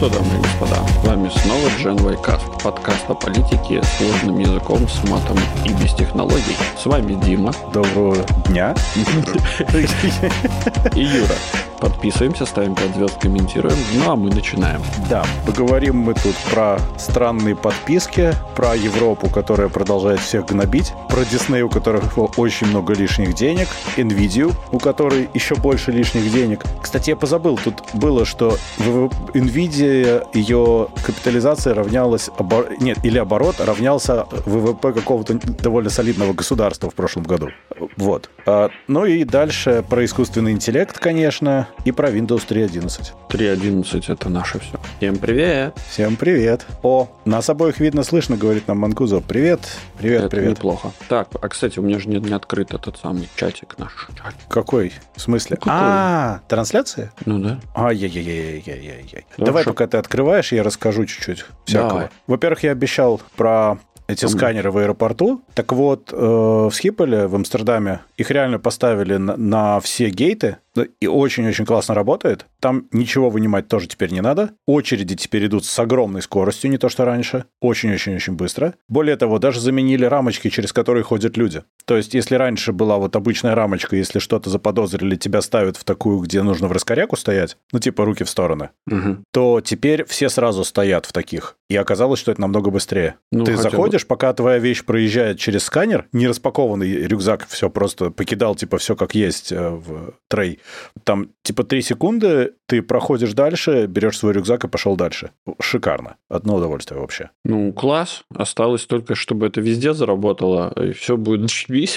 что, дамы и господа, с вами снова Gen Y Cast, подкаст о политике сложным языком, с матом и без технологий. С вами Дима. Доброго дня. И Юра. Подписываемся, ставим 5 звезд, комментируем. Ну, а мы начинаем. Да, поговорим мы тут про странные подписки, про Европу, которая продолжает всех гнобить, про Disney, у которых очень много лишних денег, Nvidia, у которой еще больше лишних денег. Кстати, я позабыл, тут было, что Nvidia, ее капитализация равнялась, или оборот равнялся ВВП какого-то довольно солидного государства в прошлом году. Вот. Ну и дальше про искусственный интеллект, конечно, и про Windows 3.11. 3.11 — это наше все. Всем привет! Всем привет! О, нас обоих видно, слышно, говорит нам Манкузо. Привет! Привет, это привет. Неплохо. Так, кстати, у меня же не открыт этот самый чатик наш. Какой? В смысле? Трансляция? Ну да. Ай-яй-яй-яй-яй-яй. Давай, пока ты открываешь, я расскажу чуть-чуть всякого. Давай. Во-первых, я обещал про эти сканеры в аэропорту. Так вот, в Схиполе, в Амстердаме, их реально поставили на все гейты, и очень-очень классно работает. Там ничего вынимать тоже теперь не надо. Очереди теперь идут с огромной скоростью, не то что раньше. Очень-очень-очень быстро. Более того, даже заменили рамочки, через которые ходят люди. То есть, если раньше была вот обычная рамочка, если что-то заподозрили, тебя ставят в такую, где нужно в раскоряку стоять, ну типа руки в стороны, то теперь все сразу стоят в таких. И оказалось, что это намного быстрее. Ты заходишь, пока твоя вещь проезжает через сканер, не распакованный рюкзак, все просто покидал, типа, все как есть в трей. Там, типа, 3 секунды, ты проходишь дальше, берешь свой рюкзак и пошел дальше. Шикарно. Одно удовольствие вообще. Ну, класс. Осталось только, чтобы это везде заработало, и все будет швись.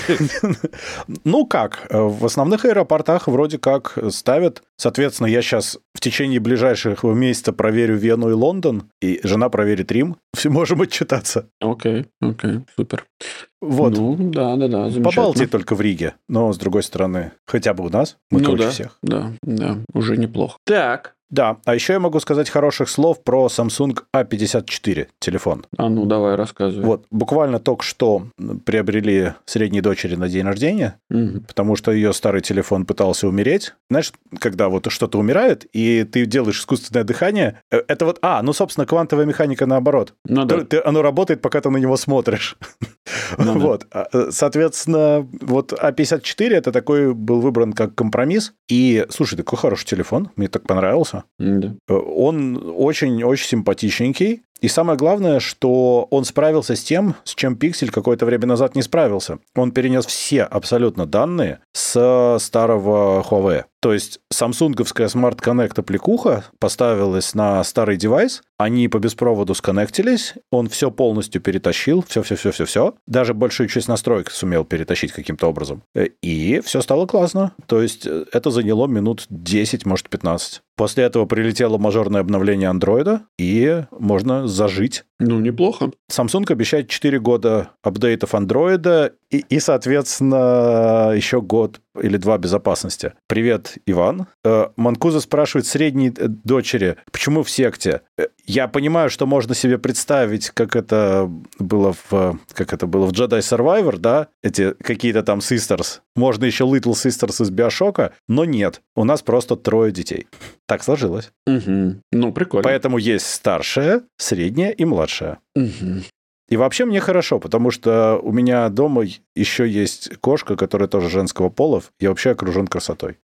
Ну, как? В основных аэропортах вроде как ставят. Соответственно, я сейчас в течение ближайших месяца проверю Вену и Лондон, и жена проверит Рим. Все можем отчитаться. Окей, супер. Вот. Ну, да, замечательно. По Балтии только в Риге, но, с другой стороны, хотя бы у нас, мы круче всех. Да, уже неплохо. Так. Да, а еще я могу сказать хороших слов про Samsung A54 телефон. А ну, давай, рассказывай. Вот, буквально только что приобрели средней дочери на день рождения, потому что ее старый телефон пытался умереть. Знаешь, когда вот что-то умирает, и ты делаешь искусственное дыхание, это вот, собственно, квантовая механика наоборот. Ну, да. Оно работает, пока ты на него смотришь. Ну, вот. Соответственно, вот A54 это такой был выбран как компромисс. И, слушай, такой хороший телефон, мне так понравился. Да. Он очень-очень симпатичненький. И самое главное, что он справился с тем, с чем Pixel какое-то время назад не справился. Он перенес все абсолютно данные с старого Huawei. То есть самсунговская Smart Connect аппликуха поставилась на старый девайс, они по беспроводу сконнектились, он все полностью перетащил, все. Даже большую часть настроек сумел перетащить каким-то образом. И все стало классно. То есть это заняло минут 10, может, 15. После этого прилетело мажорное обновление Android, и можно зажить. Ну, неплохо. Samsung обещает 4 года апдейтов Android и, соответственно, еще год или 2 безопасности. Привет, Иван. Манкуза спрашивает средней дочери, почему в секте? Я понимаю, что можно себе представить, как это было в Jedi Survivor, да? Эти какие-то там Sisters. Можно еще Little Sisters из Биошока, но нет. У нас просто 3 детей. Так сложилось. Ну, прикольно. Поэтому есть старшая, средняя и младшая. И вообще мне хорошо, потому что у меня дома еще есть кошка, которая тоже женского пола. Я вообще окружен красотой.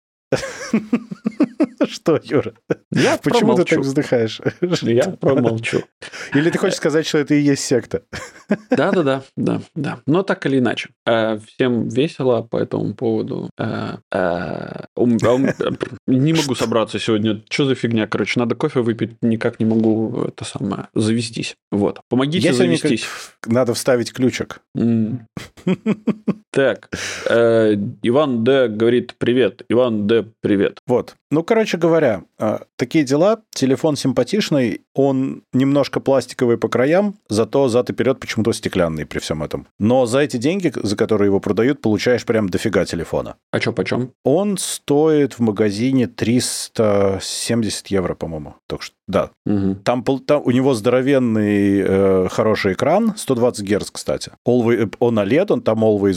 Что, Юра? Почему ты так вздыхаешь? Я промолчу. Или ты хочешь сказать, что это и есть секта? Да. Но так или иначе. Всем весело по этому поводу. Не могу собраться сегодня. Что за фигня? Короче, надо кофе выпить. Никак не могу завестись. Вот. Помогите завестись. Надо вставить ключик. Так. Иван Д. говорит привет. Иван Д. привет. Вот. Ну, короче говоря, такие дела. Телефон симпатичный, он немножко пластиковый по краям, зато зад и вперед почему-то стеклянный при всем этом. Но за эти деньги, за которые его продают, получаешь прям дофига телефона. А что, почем? Он стоит в магазине 370 евро, по-моему. Так что, да. Там у него здоровенный хороший экран, 120 Гц, кстати. Он OLED, он там Always On,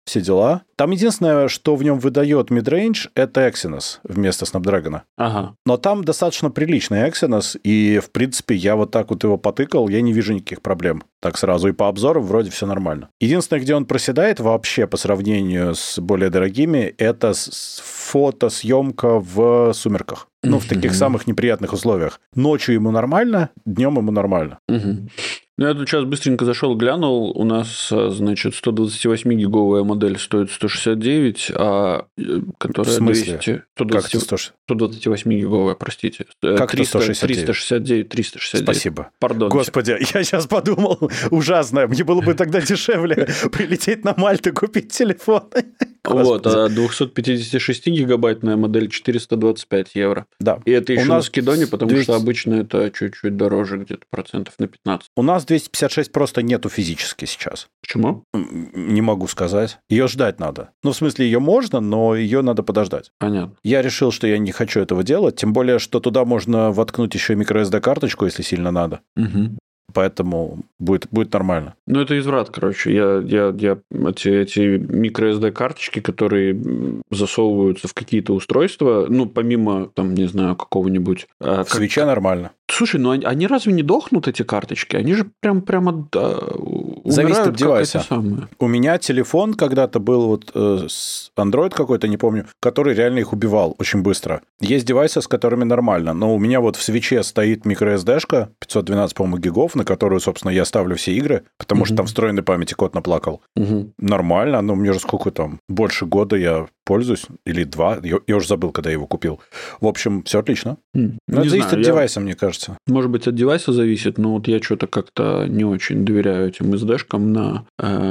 все дела. Там единственное, что в нем выдает mid-range, это Exynos вместо Snapdragon. Ага. Но там достаточно приличный Exynos, и, в принципе, я вот так вот его потыкал, я не вижу никаких проблем. Так сразу и по обзору вроде все нормально. Единственное, где он проседает вообще по сравнению с более дорогими, это фотосъемка в сумерках. Ну, в таких самых неприятных условиях. Ночью ему нормально, днем ему нормально. Я тут сейчас быстренько зашел, глянул. У нас, значит, 128-гиговая модель стоит 169, а которая в смысле? 200... Как это 128-гиговая, простите. Как 369? 369. Спасибо. Пардон. Господи, я сейчас подумал, ужасно. Мне было бы тогда дешевле прилететь на Мальту и купить телефон. Вот, а 256-гигабайтная модель 425 евро. Да. И это еще на скидоне, потому 200... что обычно это чуть-чуть дороже, где-то процентов на 15. У нас 256 просто нету физически сейчас. Почему? Не могу сказать. Ее ждать надо. Ну, в смысле, ее можно, но ее надо подождать. Понятно. Я решил, что я не хочу этого делать, тем более, что туда можно воткнуть еще и microSD-карточку, если сильно надо. Угу. Поэтому будет нормально. Ну, это изврат, короче. Эти microSD-карточки, которые засовываются в какие-то устройства, ну, помимо, там, не знаю, какого-нибудь... В свече нормально. Слушай, ну они разве не дохнут, эти карточки? Они же прямо зависит от девайса. Самое. У меня телефон когда-то был вот Android какой-то, не помню, который реально их убивал очень быстро. Есть девайсы, с которыми нормально, но у меня вот в свече стоит microSD-шка 512, по-моему, гигов, на которую, собственно, я ставлю все игры, потому что там встроенной памяти кот наплакал. Нормально, но мне же сколько там, больше года я пользуюсь, или 2, я уже забыл, когда я его купил. В общем, все отлично. Это зависит от девайса, мне кажется. Может быть, от девайса зависит, но вот я что-то как-то не очень доверяю этим SD-шкам на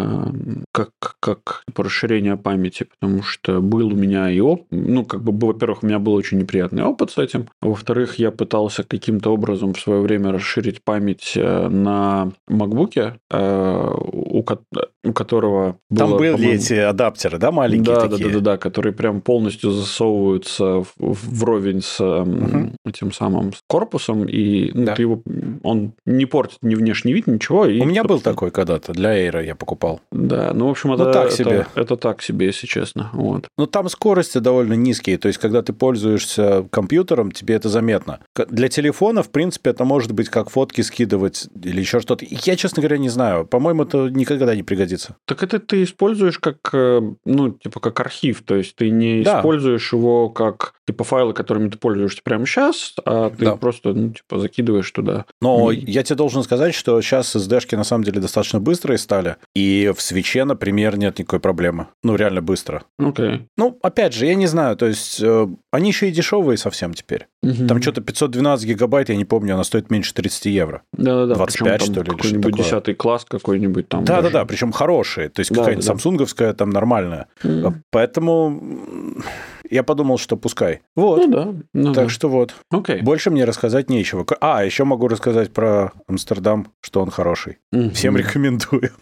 как расширение памяти, потому что был у меня и ну, как бы, во-первых, у меня был очень неприятный опыт с этим, во-вторых, я пытался каким-то образом в свое время расширить память на MacBook'е, у которого было... Там были эти адаптеры, да, маленькие такие? Да, которые прям полностью засовываются вровень с этим самым корпусом, и он не портит ни внешний вид, ничего. И, у меня был такой когда-то, для Air я покупал. Да, ну, в общем, это так себе, если честно. Вот. Ну, там скорости довольно низкие, то есть, когда ты пользуешься компьютером, тебе это заметно. Для телефона, в принципе, это может быть как фотки скидывать или еще что-то. Я, честно говоря, не знаю. По-моему, это никогда не пригодится. Так это ты используешь как, ну, типа, как архив, то есть, ты не используешь его как, типа, файлы, которыми ты пользуешься прямо сейчас, а ты просто, ну, типа, закидываешь туда. Но я тебе должен сказать, что сейчас SD-шки на самом деле достаточно быстрые стали, и в свече, например, нет никакой проблемы. Ну, реально быстро. Окей. Ну, опять же, я не знаю, то есть, они еще и дешевые совсем теперь. Там что-то 512 гигабайт, я не помню, она стоит меньше 30 евро. Да-да-да. 25, что ли, или какой-нибудь 10 класс какой-нибудь там. Да-да-да, причем хорошие, то есть, какая-нибудь самсунговская там нормальная. Поэтому... Я подумал, что пускай. Вот. Так что вот. Больше мне рассказать нечего. Еще могу рассказать про Амстердам, что он хороший. Всем рекомендую.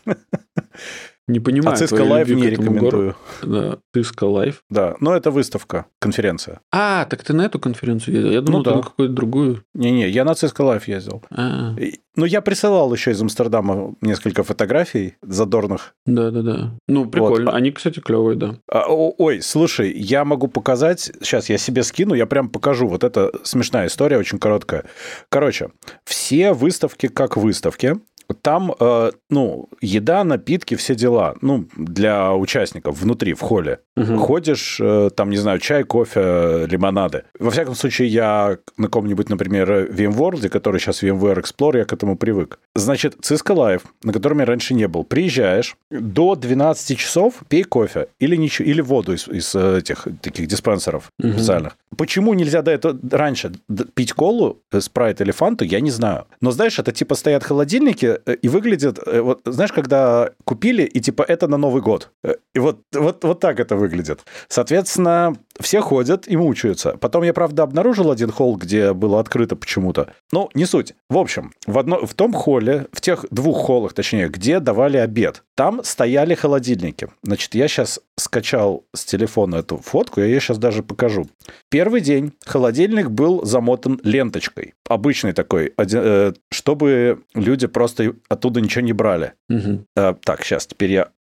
Не понимаю. А Cisco Live не рекомендую. Да, Cisco Live. Да, но это выставка, конференция. Так ты на эту конференцию ездил? Я думал, ты на какую-то другую. Не-не, я на Cisco Live ездил. Ну, я присылал еще из Амстердама несколько фотографий задорных. Да-да-да. Ну, прикольно. Они, кстати, клевые, да. Ой, слушай, я могу показать... Сейчас я себе скину, я прям покажу. Вот это смешная история, очень короткая. Короче, все выставки как выставки. Там, еда, напитки, все дела. Ну, для участников внутри, в холле. Ходишь, там, не знаю, чай, кофе, лимонады. Во всяком случае, я на каком-нибудь, например, VMworld, который сейчас VMware Explorer, я к этому привык. Значит, Cisco Live, на котором я раньше не был. Приезжаешь, до 12 часов пей кофе или воду из этих таких диспенсеров специальных. Почему нельзя раньше пить колу, спрайт или фанту, я не знаю. Но, знаешь, это типа стоят холодильники, и выглядит, вот знаешь, когда купили, и типа это на Новый год. И вот так это выглядит. Соответственно, все ходят и мучаются. Потом я, правда, обнаружил один холл, где было открыто почему-то. Ну, не суть. В общем, в том холле, в тех двух холлах, точнее, где давали обед, там стояли холодильники. Значит, я сейчас скачал с телефона эту фотку, я ее сейчас даже покажу. Первый день холодильник был замотан ленточкой. Обычный такой, чтобы люди просто оттуда ничего не брали. Так, сейчас, теперь я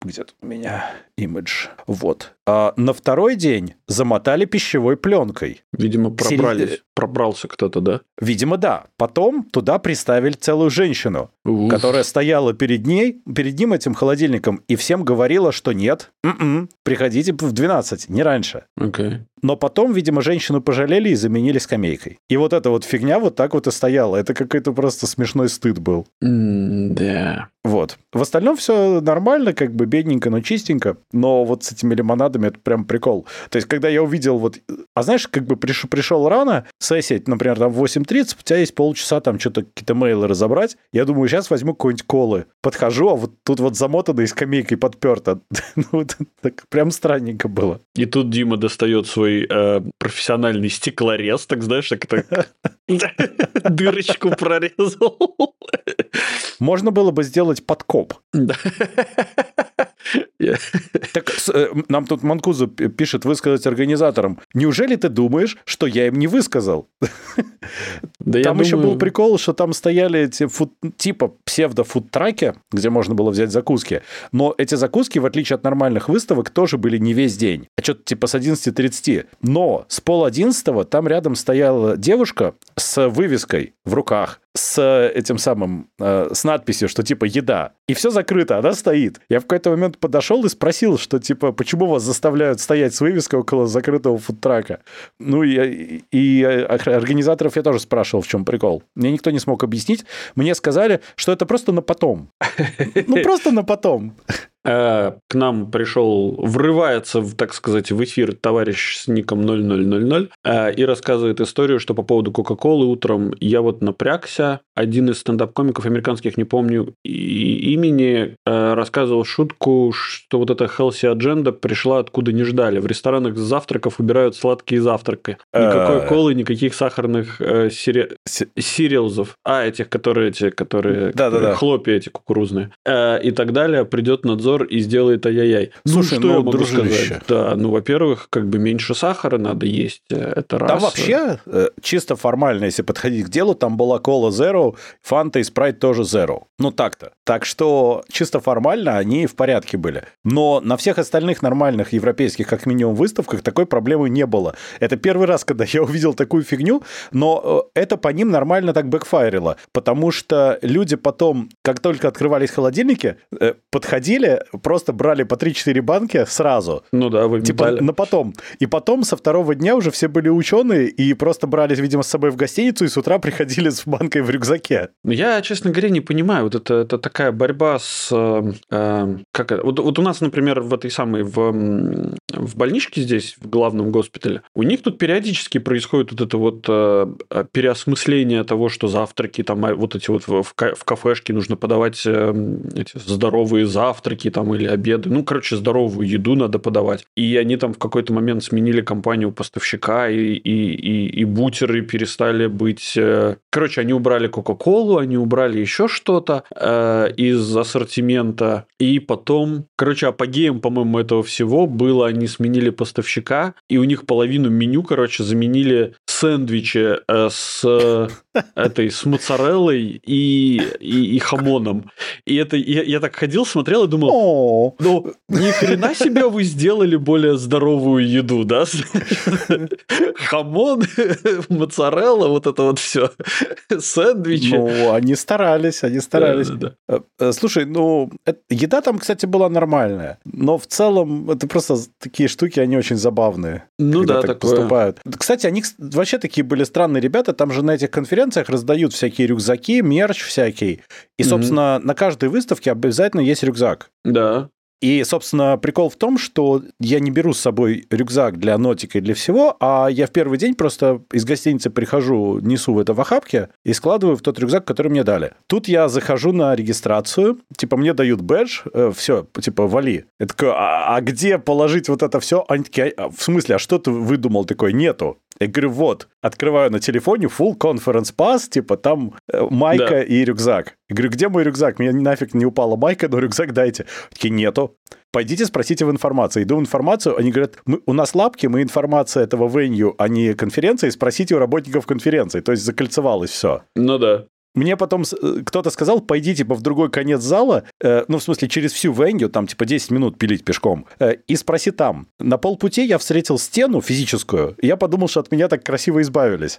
Где тут у меня имидж? Вот. А на второй день замотали пищевой пленкой. Видимо, пробрался кто-то, да? Видимо, да. Потом туда приставили целую женщину, которая стояла перед ним этим холодильником, и всем говорила, что нет, приходите в 12, не раньше. Okay. Но потом, видимо, женщину пожалели и заменили скамейкой. И вот эта вот фигня вот так вот и стояла. Это какой-то просто смешной стыд был. Да. Вот. В остальном все нормально, как бы бедненько, но чистенько. Но вот с этими лимонадами это прям прикол. То есть, когда я увидел вот... А знаешь, как бы пришел рано, сессия, например, там в 8:30, у тебя есть полчаса там что-то, какие-то мейлы разобрать. Я думаю, сейчас возьму какой-нибудь колы. Подхожу, а вот тут вот замотанный скамейкой подперто. Ну, так прям странненько было. И тут Дима достает свой профессиональный стеклорез, так знаешь, так дырочку прорезал. Можно было бы сделать подкоп. Да. Так нам тут Манкузо пишет высказать организаторам. Неужели ты думаешь, что я им не высказал? Да там еще был прикол, что там стояли эти типа псевдо-фудтраки, где можно было взять закуски. Но эти закуски, в отличие от нормальных выставок, тоже были не весь день. А что-то типа с 11:30. Но с 10:30 там рядом стояла девушка с вывеской в руках, с этим самым, с надписью, что типа еда. И все закрыто, она стоит. Я в какой-то момент подошел и спросил, что типа, почему вас заставляют стоять с вывеской около закрытого фудтрака? Ну и организаторов я тоже спрашивал, в чем прикол. Мне никто не смог объяснить. Мне сказали, что это просто на потом. Ну, просто на потом. К нам врывается, так сказать, в эфир товарищ с ником 0000 и рассказывает историю, что по поводу Кока-Колы утром я вот напрягся. Один из стендап-комиков американских, не помню имени, рассказывал шутку, что вот эта healthy agenda пришла откуда не ждали. В ресторанах с завтраков убирают сладкие завтраки. Никакой колы, никаких сахарных сириалзов. Этих, которые хлопья эти кукурузные. И так далее. Придет надзор и сделает ай-яй-яй. Слушай, что я могу дружище. сказать? Да, во-первых, как бы меньше сахара надо есть, это раз. Там вообще, чисто формально, если подходить к делу, там была кола Zero, Фанта и Спрайт тоже Zero. Ну, так-то. Так что, чисто формально они в порядке были. Но на всех остальных нормальных европейских, как минимум, выставках такой проблемы не было. Это первый раз, когда я увидел такую фигню, но это по ним нормально так бэкфайрило, потому что люди потом, как только открывались холодильники, подходили, просто брали по 3-4 банки сразу. Ну да, вы типа на потом. И потом со второго дня уже все были ученые и просто брали, видимо, с собой в гостиницу и с утра приходили с банкой в рюкзаке. Я, честно говоря, не понимаю. Вот это такая борьба с... Вот у нас, например, в этой самой... В больничке здесь, в главном госпитале, у них тут периодически происходит вот это вот переосмысление того, что завтраки, там вот эти вот в кафешке нужно подавать эти здоровые завтраки там или обеды. Ну, короче, здоровую еду надо подавать. И они там в какой-то момент сменили компанию поставщика, и бутеры перестали быть... Короче, они убрали Кока-Колу, они убрали еще что-то из ассортимента. И потом... Короче, апогеем, по-моему, этого всего было, они сменили поставщика, и у них половину меню, короче, заменили сэндвичи с моцареллой и хамоном. И это я так ходил, смотрел и думал, ну, ни хрена себе вы сделали более здоровую еду, да? Хамон, моцарелла, вот это вот все, сэндвичи. Ну, они старались. Да. Слушай, еда там, кстати, была нормальная, но в целом это просто такие штуки, они очень забавные. Ну да, так поступают. Кстати, они вообще такие были странные ребята, там же на этих конференциях раздают всякие рюкзаки, мерч всякий, и, собственно, на каждой выставке обязательно есть рюкзак. Да. И, собственно, прикол в том, что я не беру с собой рюкзак для нотика и для всего, а я в первый день просто из гостиницы прихожу, несу это в охапке и складываю в тот рюкзак, который мне дали. Тут я захожу на регистрацию, типа мне дают бэдж, все, типа вали. Я такой, а где положить вот это все? Они такие, в смысле, а что ты выдумал? Такой, нету. Я говорю, вот, открываю на телефоне full conference pass, типа там майка и рюкзак. Я говорю, где мой рюкзак? Мне нафиг не упала майка, но рюкзак дайте. Такие, нету. Пойдите спросите в информации. Иду в информацию, они говорят, у нас лапки, мы информация этого венью, а не конференции, спросите у работников конференции. То есть закольцевалось все. Ну да. Мне потом кто-то сказал, пойди, типа, в другой конец зала, ну, в смысле, через всю Венгию, там, типа, 10 минут пилить пешком, и спроси там. На полпути я встретил стену физическую, и я подумал, что от меня так красиво избавились.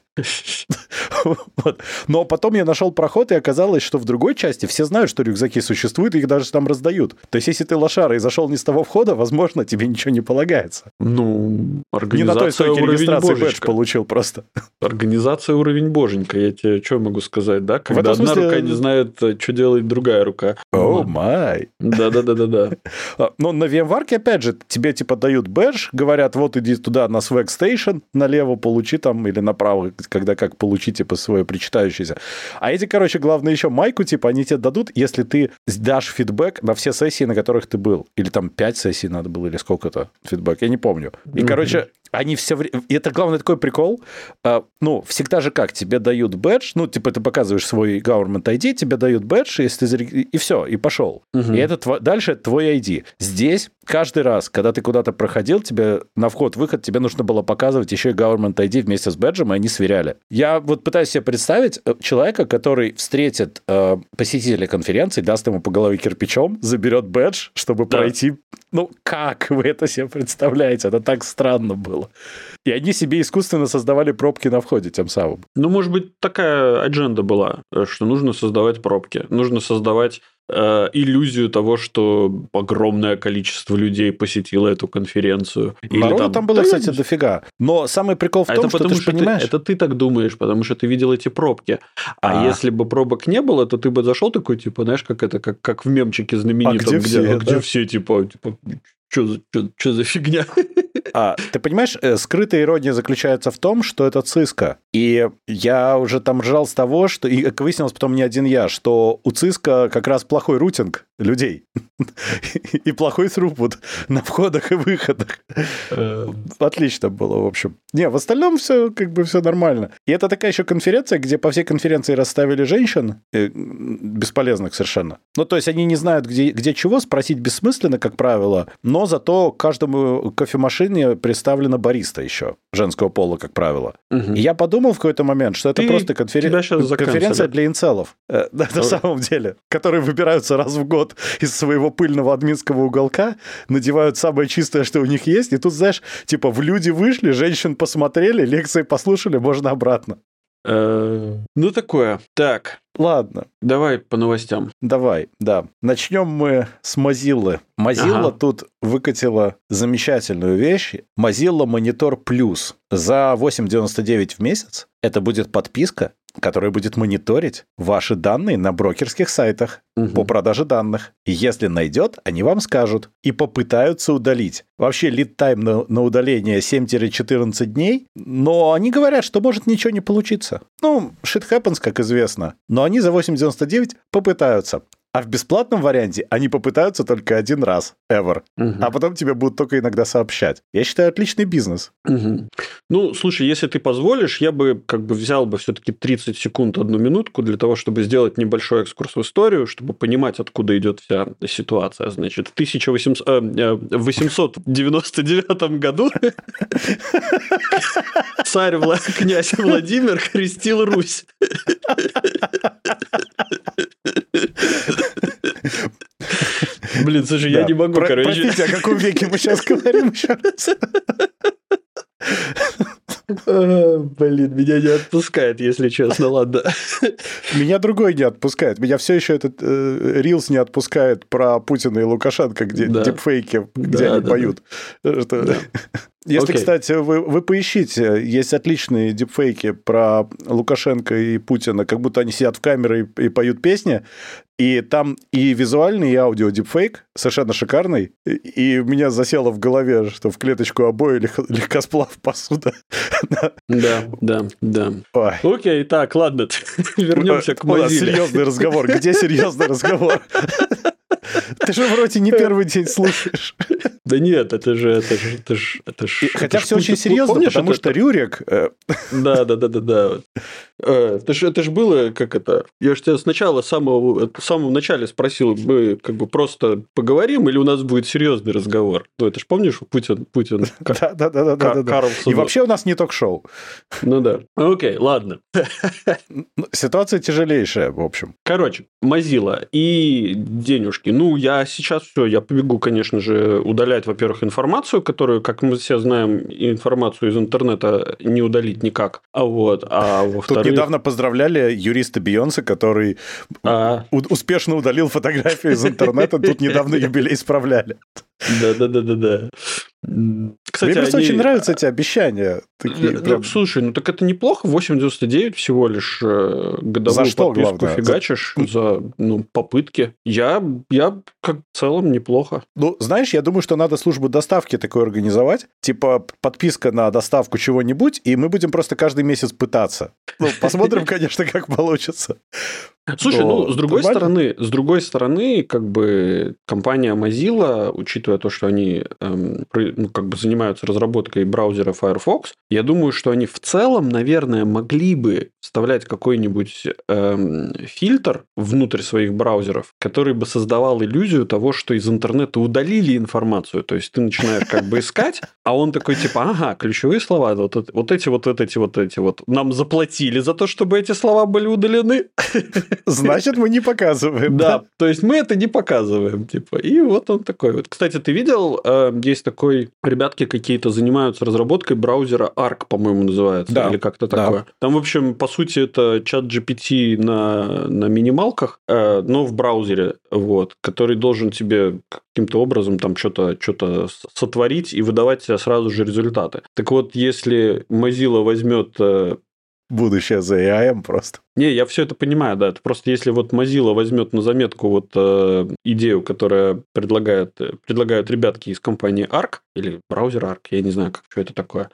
Но потом я нашел проход, и оказалось, что в другой части все знают, что рюкзаки существуют, и их даже там раздают. То есть, если ты лошара и зашел не с того входа, возможно, тебе ничего не полагается. Ну, организация не на той стойке регистрации бэдж получил просто. Организация уровень боженька, я тебе что могу сказать, да? Когда одна рука не знает, что делает другая рука. О май. Да. Но на VMware, опять же, тебе типа дают бэдж, говорят, вот иди туда на Swag Station, налево получи там, или направо, когда как получи, типа, свое причитающееся. А эти, короче, главное еще майку, типа, они тебе дадут, если ты дашь фидбэк на все сессии, на которых ты был. Или там 5 сессий надо было, или сколько-то фидбэк, я не помню. И, короче, они все время... И это, главное, такой прикол. Ну, всегда же как? Тебе дают бэдж, ну, типа, ты показываешь свой government ID, тебе дают бэдж, если ты... и все, и пошел. И это дальше это твой ID. Здесь каждый раз, когда ты куда-то проходил, тебе на вход-выход тебе нужно было показывать еще и government ID вместе с бэджем, и они сверяли. Я вот пытаюсь себе представить человека, который встретит посетителя конференции, даст ему по голове кирпичом, заберет бэдж, чтобы пройти. Ну, как вы это себе представляете? Это так странно было. И они себе искусственно создавали пробки на входе тем самым. Ну, может быть, такая адженда была, что нужно создавать пробки. Нужно создавать иллюзию того, что огромное количество людей посетило эту конференцию. Народу там было, кстати, дофига. Но самый прикол в том, что ты же понимаешь... Это ты так думаешь, потому что ты видел эти пробки. А если бы пробок не было, то ты бы зашел такой, типа, знаешь, как в мемчике знаменитом, где все, типа что за фигня? Ты понимаешь, скрытая ирония заключается в том, что это Cisco. И я уже там ржал с того, что... И выяснилось потом не один я, что у Cisco как раз плохой рутинг людей. И плохой throughput на входах и выходах. Отлично было, в общем. Не, в остальном все как бы все нормально. И это такая еще конференция, где по всей конференции расставили женщин, бесполезных совершенно. Ну, то есть они не знают, где чего, спросить бессмысленно, как правило, но зато каждому кофемашине представлена бариста еще, женского пола, как правило. И я подумал в какой-то момент, что это просто конференция для инцелов. На самом деле, которые выбираются раз в год из своего пыльного админского уголка, надевают самое чистое, что у них есть, и тут, знаешь, типа в люди вышли, женщин посмотрели, лекции послушали, можно обратно. Ну, такое. Так. Ладно. Давай по новостям. Давай, да. Начнем мы с Mozilla. Mozilla тут выкатила замечательную вещь. Mozilla Monitor Plus. За $8.99 в месяц это будет подписка, которая будет мониторить ваши данные на брокерских сайтах по продаже данных. И если найдет, они вам скажут и попытаются удалить. Вообще, лид-тайм на удаление 7-14 дней, но они говорят, что может ничего не получиться. Ну, shit happens, как известно. Но они за $8.99 попытаются. А в бесплатном варианте они попытаются только один раз, ever. А потом тебе будут только иногда сообщать. Я считаю, отличный бизнес. Ну, слушай, если ты позволишь, я бы как бы взял бы все-таки 30 секунд, 1 минутку для того, чтобы сделать небольшой экскурс в историю, чтобы понимать, откуда идет вся ситуация. Значит, в 1899 году князь Владимир крестил Русь. Блин, слушай, я не могу, короче. Простите, о каком веке мы сейчас говорим еще раз? Блин, меня не отпускает, если честно, ладно. Меня другой не отпускает. Меня все еще этот Reels не отпускает про Путина и Лукашенко, где дипфейки, где они поют. Если, кстати, вы поищите, есть отличные дипфейки про Лукашенко и Путина, как будто они сидят в камере и поют песни, и там и визуальный, и аудио дипфейк совершенно шикарный, и у меня засело в голове, что в клеточку обои легкосплав посуда. Да. Окей, так, ладно, вернемся к Mozilla. Серьезный разговор. Где серьезный разговор? Ты же вроде не первый день слушаешь. Да нет, это же... Хотя все очень серьезно, потому что Рюрик... Да. Это ж было, как это... Я же тебя сначала, в самом начале спросил, мы как бы просто поговорим или у нас будет серьезный разговор? Ну, это ж помнишь, Путин Да. Карлсон. И вообще у нас не ток-шоу. Ну да. Окей, ладно. Ситуация тяжелейшая, в общем. Короче, Mozilla и денежки. Ну, я сейчас все, я побегу, конечно же, удалять, во-первых, информацию, которую, как мы все знаем, информацию из интернета не удалить никак. А во-вторых... Тут недавно поздравляли юриста Бейонсе, который успешно удалил фотографию из интернета. Тут недавно юбилей справляли. Да. Кстати, мне просто очень нравятся эти обещания. Слушай, ну так это неплохо, 8,99 всего лишь годовую подписку фигачишь за попытки. Я как в целом неплохо. Ну, знаешь, я думаю, что надо службу доставки такой организовать, типа подписка на доставку чего-нибудь, и мы будем просто каждый месяц пытаться. Ну, посмотрим, конечно, как получится. Слушай, с другой стороны, как бы компания Mozilla, учитывая то, что они как бы занимаются разработкой браузера Firefox, я думаю, что они в целом, наверное, могли бы вставлять какой-нибудь фильтр внутрь своих браузеров, который бы создавал иллюзию того, что из интернета удалили информацию. То есть ты начинаешь как бы искать, а он такой типа, ага, ключевые слова, вот эти. Нам заплатили за то, чтобы эти слова были удалены. Значит, мы не показываем. Да, то есть мы это не показываем, типа. И вот он такой вот. Кстати, ты видел, есть такой, ребятки какие-то занимаются разработкой браузера Arc, по-моему, называется, да, или как-то такое. Да. Там, в общем, по сути, это чат GPT на минималках, но в браузере, вот, который должен тебе каким-то образом там что-то сотворить и выдавать тебе сразу же результаты. Так вот, если Mozilla возьмет... Будущее за AI просто. Не, я все это понимаю, да. Это просто если вот Mozilla возьмет на заметку вот идею, которую предлагают ребятки из компании Arc, или браузер Arc, я не знаю, что это такое,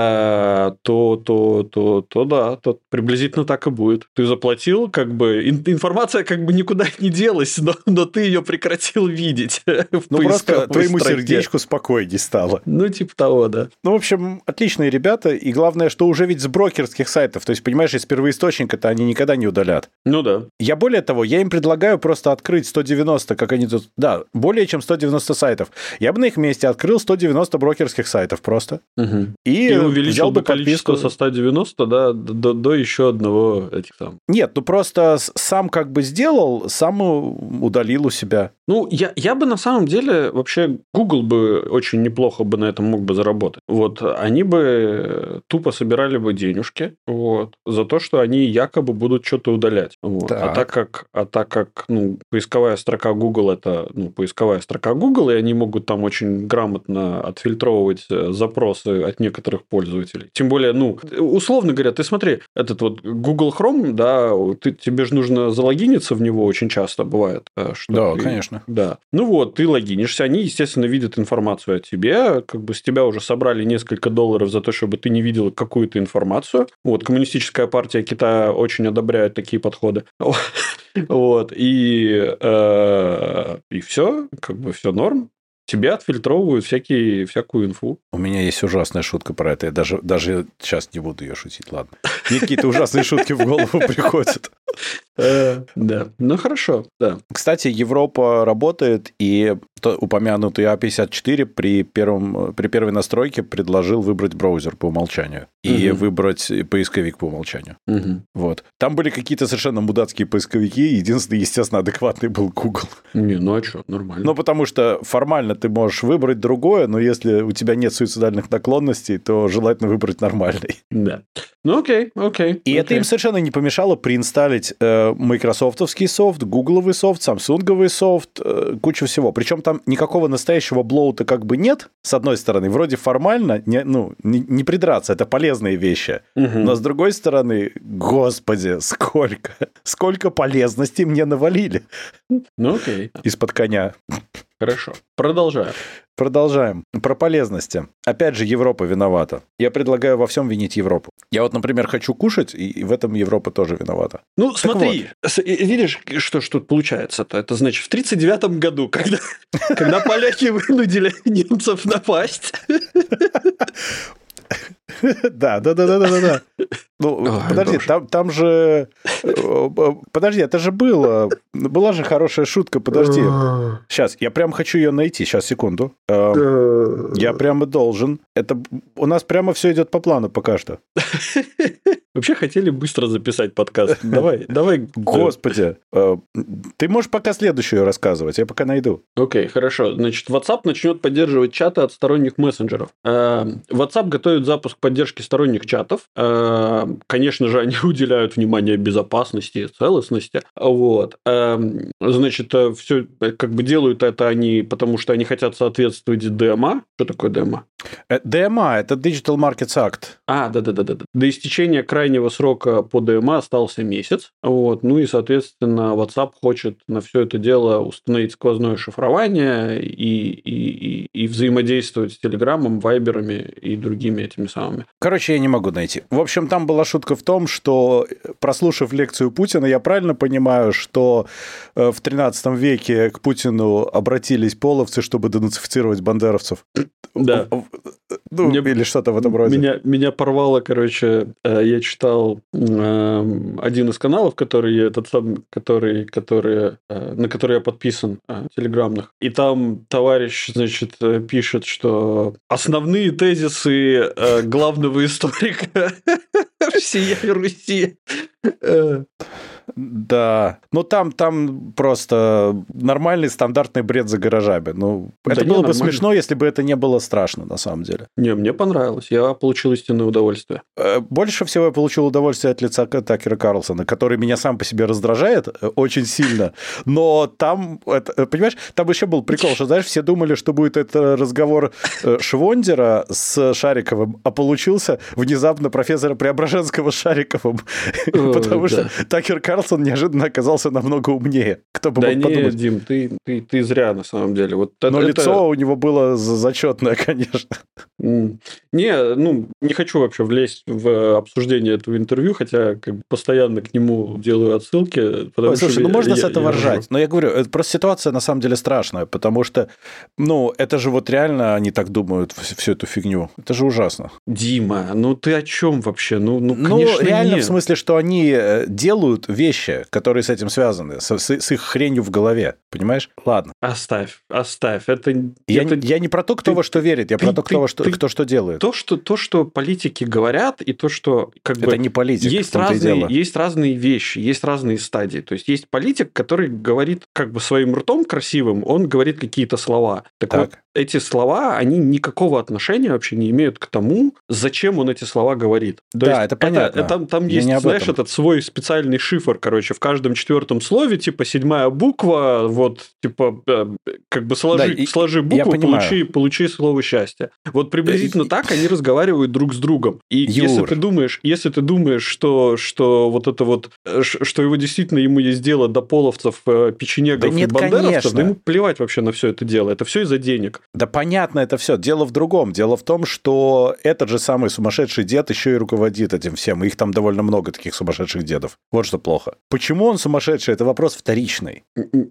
то приблизительно так и будет. Ты заплатил, как бы, информация как бы никуда не делась, но ты ее прекратил видеть. Ну, просто твоему сердечку спокойней стало. Ну, типа того, да. Ну, в общем, отличные ребята, и главное, что уже ведь с брокерских сайтов, то есть, понимаешь, из первоисточника-то они никогда не удалят. Ну да. Я более того, я им предлагаю просто открыть 190, как они тут... Да, более чем 190 сайтов. Я бы на их месте открыл 190 брокерских сайтов просто. Угу. И увеличил бы количество со 190, да, до еще одного этих там. Нет, ну просто сам как бы сделал, сам удалил у себя. Ну, я бы на самом деле вообще Google бы очень неплохо бы на этом мог бы заработать. Вот, они бы тупо собирали бы денежки, вот, за то, что они якобы будут что-то удалять. Вот. А так как поисковая строка Google это поисковая строка Google, и они могут там очень грамотно отфильтровывать запросы от некоторых пользователей. Тем более, условно говоря, ты смотри, этот вот Google Chrome, да, тебе же нужно залогиниться в него очень часто, бывает. Да, конечно. Да. Ну вот, ты логинишься, они, естественно, видят информацию о тебе, как бы с тебя уже собрали несколько $, за то, чтобы ты не видел какую-то информацию. Вот, Коммунистическая партия Китая очень одобряет такие подходы. Вот, и все, как бы все норм. Тебе отфильтровывают всякую инфу. У меня есть ужасная шутка про это. Я даже сейчас не буду ее шутить, ладно. Мне какие-то ужасные шутки в голову приходят. Да, ну хорошо, да. Кстати, Европа работает, и упомянутый А54 при первой настройке предложил выбрать браузер по умолчанию и выбрать поисковик по умолчанию. Вот. Там были какие-то совершенно мудацкие поисковики, единственный, естественно, адекватный был Google. Не, ну а что, нормально. Ну, потому что формально ты можешь выбрать другое, но если у тебя нет суицидальных наклонностей, то желательно выбрать нормальный. Да. Ну, окей. И это им совершенно не помешало проинсталлить майкрософтовский софт, гугловый софт, самсунговый софт, кучу всего. Причем там никакого настоящего блоута как бы нет, с одной стороны. Вроде формально не придраться, это полезные вещи. Но с другой стороны, господи, сколько полезностей мне навалили. Ну, окей. Из-под коня. Хорошо. Продолжаем. Продолжаем. Про полезности. Опять же, Европа виновата. Я предлагаю во всем винить Европу. Я вот, например, хочу кушать, и в этом Европа тоже виновата. Ну, смотри, видишь, что тут получается-то? Это значит, в 1939 году, когда поляки вынудили немцев напасть... Да. Ну, подожди, там же... Подожди, это же было. Была же хорошая шутка, подожди. Сейчас, я прям хочу ее найти. Сейчас, секунду. Я прямо должен. Это у нас прямо все идет по плану пока что. Вообще хотели быстро записать подкаст. Давай. Господи. Ты можешь пока следующую рассказывать, я пока найду. Окей, хорошо. Значит, WhatsApp начнет поддерживать чаты от сторонних мессенджеров. WhatsApp готовит запуск поддержки сторонних чатов. Конечно же, они уделяют внимание безопасности и целостности. Вот. Значит, все как бы делают это они, потому что они хотят соответствовать DMA. Что такое DMA? DMA – это Digital Markets Act. Да. До истечения крайнего срока по DMA остался месяц. Вот. Ну и, соответственно, WhatsApp хочет на все это дело установить сквозное шифрование и взаимодействовать с Телеграмом, Вайберами и другими этими самыми. Короче, я не могу найти. В общем, там была шутка в том, что, прослушав лекцию Путина, я правильно понимаю, что в 13 веке к Путину обратились половцы, чтобы денацифицировать бандеровцев? Да. Ну, или что-то в этом роде. Меня порвало, короче, я читал один из каналов, на который я подписан, телеграммных, и там товарищ, значит, пишет, что основные тезисы главного историка всей Руси. Да. Ну, там просто нормальный стандартный бред за гаражами. Ну, да это было бы смешно, если бы это не было страшно, на самом деле. Не, мне понравилось. Я получил истинное удовольствие. Больше всего я получил удовольствие от лица Такера Карлсона, который меня сам по себе раздражает очень сильно. Но там, понимаешь, там еще был прикол, что, знаешь, все думали, что будет это разговор Швондера с Шариковым, а получился внезапно профессора Преображенского с Шариковым. Потому что Такер Карлсон неожиданно оказался намного умнее. Кто бы мог подумать. Дим, ты зря на самом деле. Но лицо у него было зачетное, конечно. Не хочу вообще влезть в обсуждение этого интервью, хотя как бы постоянно к нему делаю отсылки. Слушай, можно с этого ржать. Но я говорю, это просто ситуация на самом деле страшная, потому что, это же вот реально они так думают, всю эту фигню. Это же ужасно. Дима, ты о чем вообще? Конечно, реально нет. В смысле, что они делают вещи, которые с этим связаны, с их хренью в голове. Понимаешь? Ладно. Оставь. Это я не про то, кто во что верит, я про то, кто что делает. То, что политики говорят, и то, что это не политик. Есть разные вещи, есть разные стадии. То есть есть политик, который говорит как бы своим ртом красивым, он говорит какие-то слова. Так. Вот эти слова, они никакого отношения вообще не имеют к тому, зачем он эти слова говорит. То есть это понятно. Там есть, знаешь, этот свой специальный шифр, короче, в каждом 4 слове, типа 7 буква, вот, типа, как бы сложи букву, получи слово счастье. Вот приблизительно так они разговаривают друг с другом. И если ты думаешь, что вот это вот, что его действительно ему есть дело до половцев, печенегов и бандеровцев, да ему плевать вообще на все это дело. Это все из-за денег. Да понятно это все. Дело в другом. Дело в том, что этот же самый сумасшедший дед еще и руководит этим всем. И их там довольно много, таких сумасшедших дедов. Вот что плохо. Почему он сумасшедший? Это вопрос вторичный.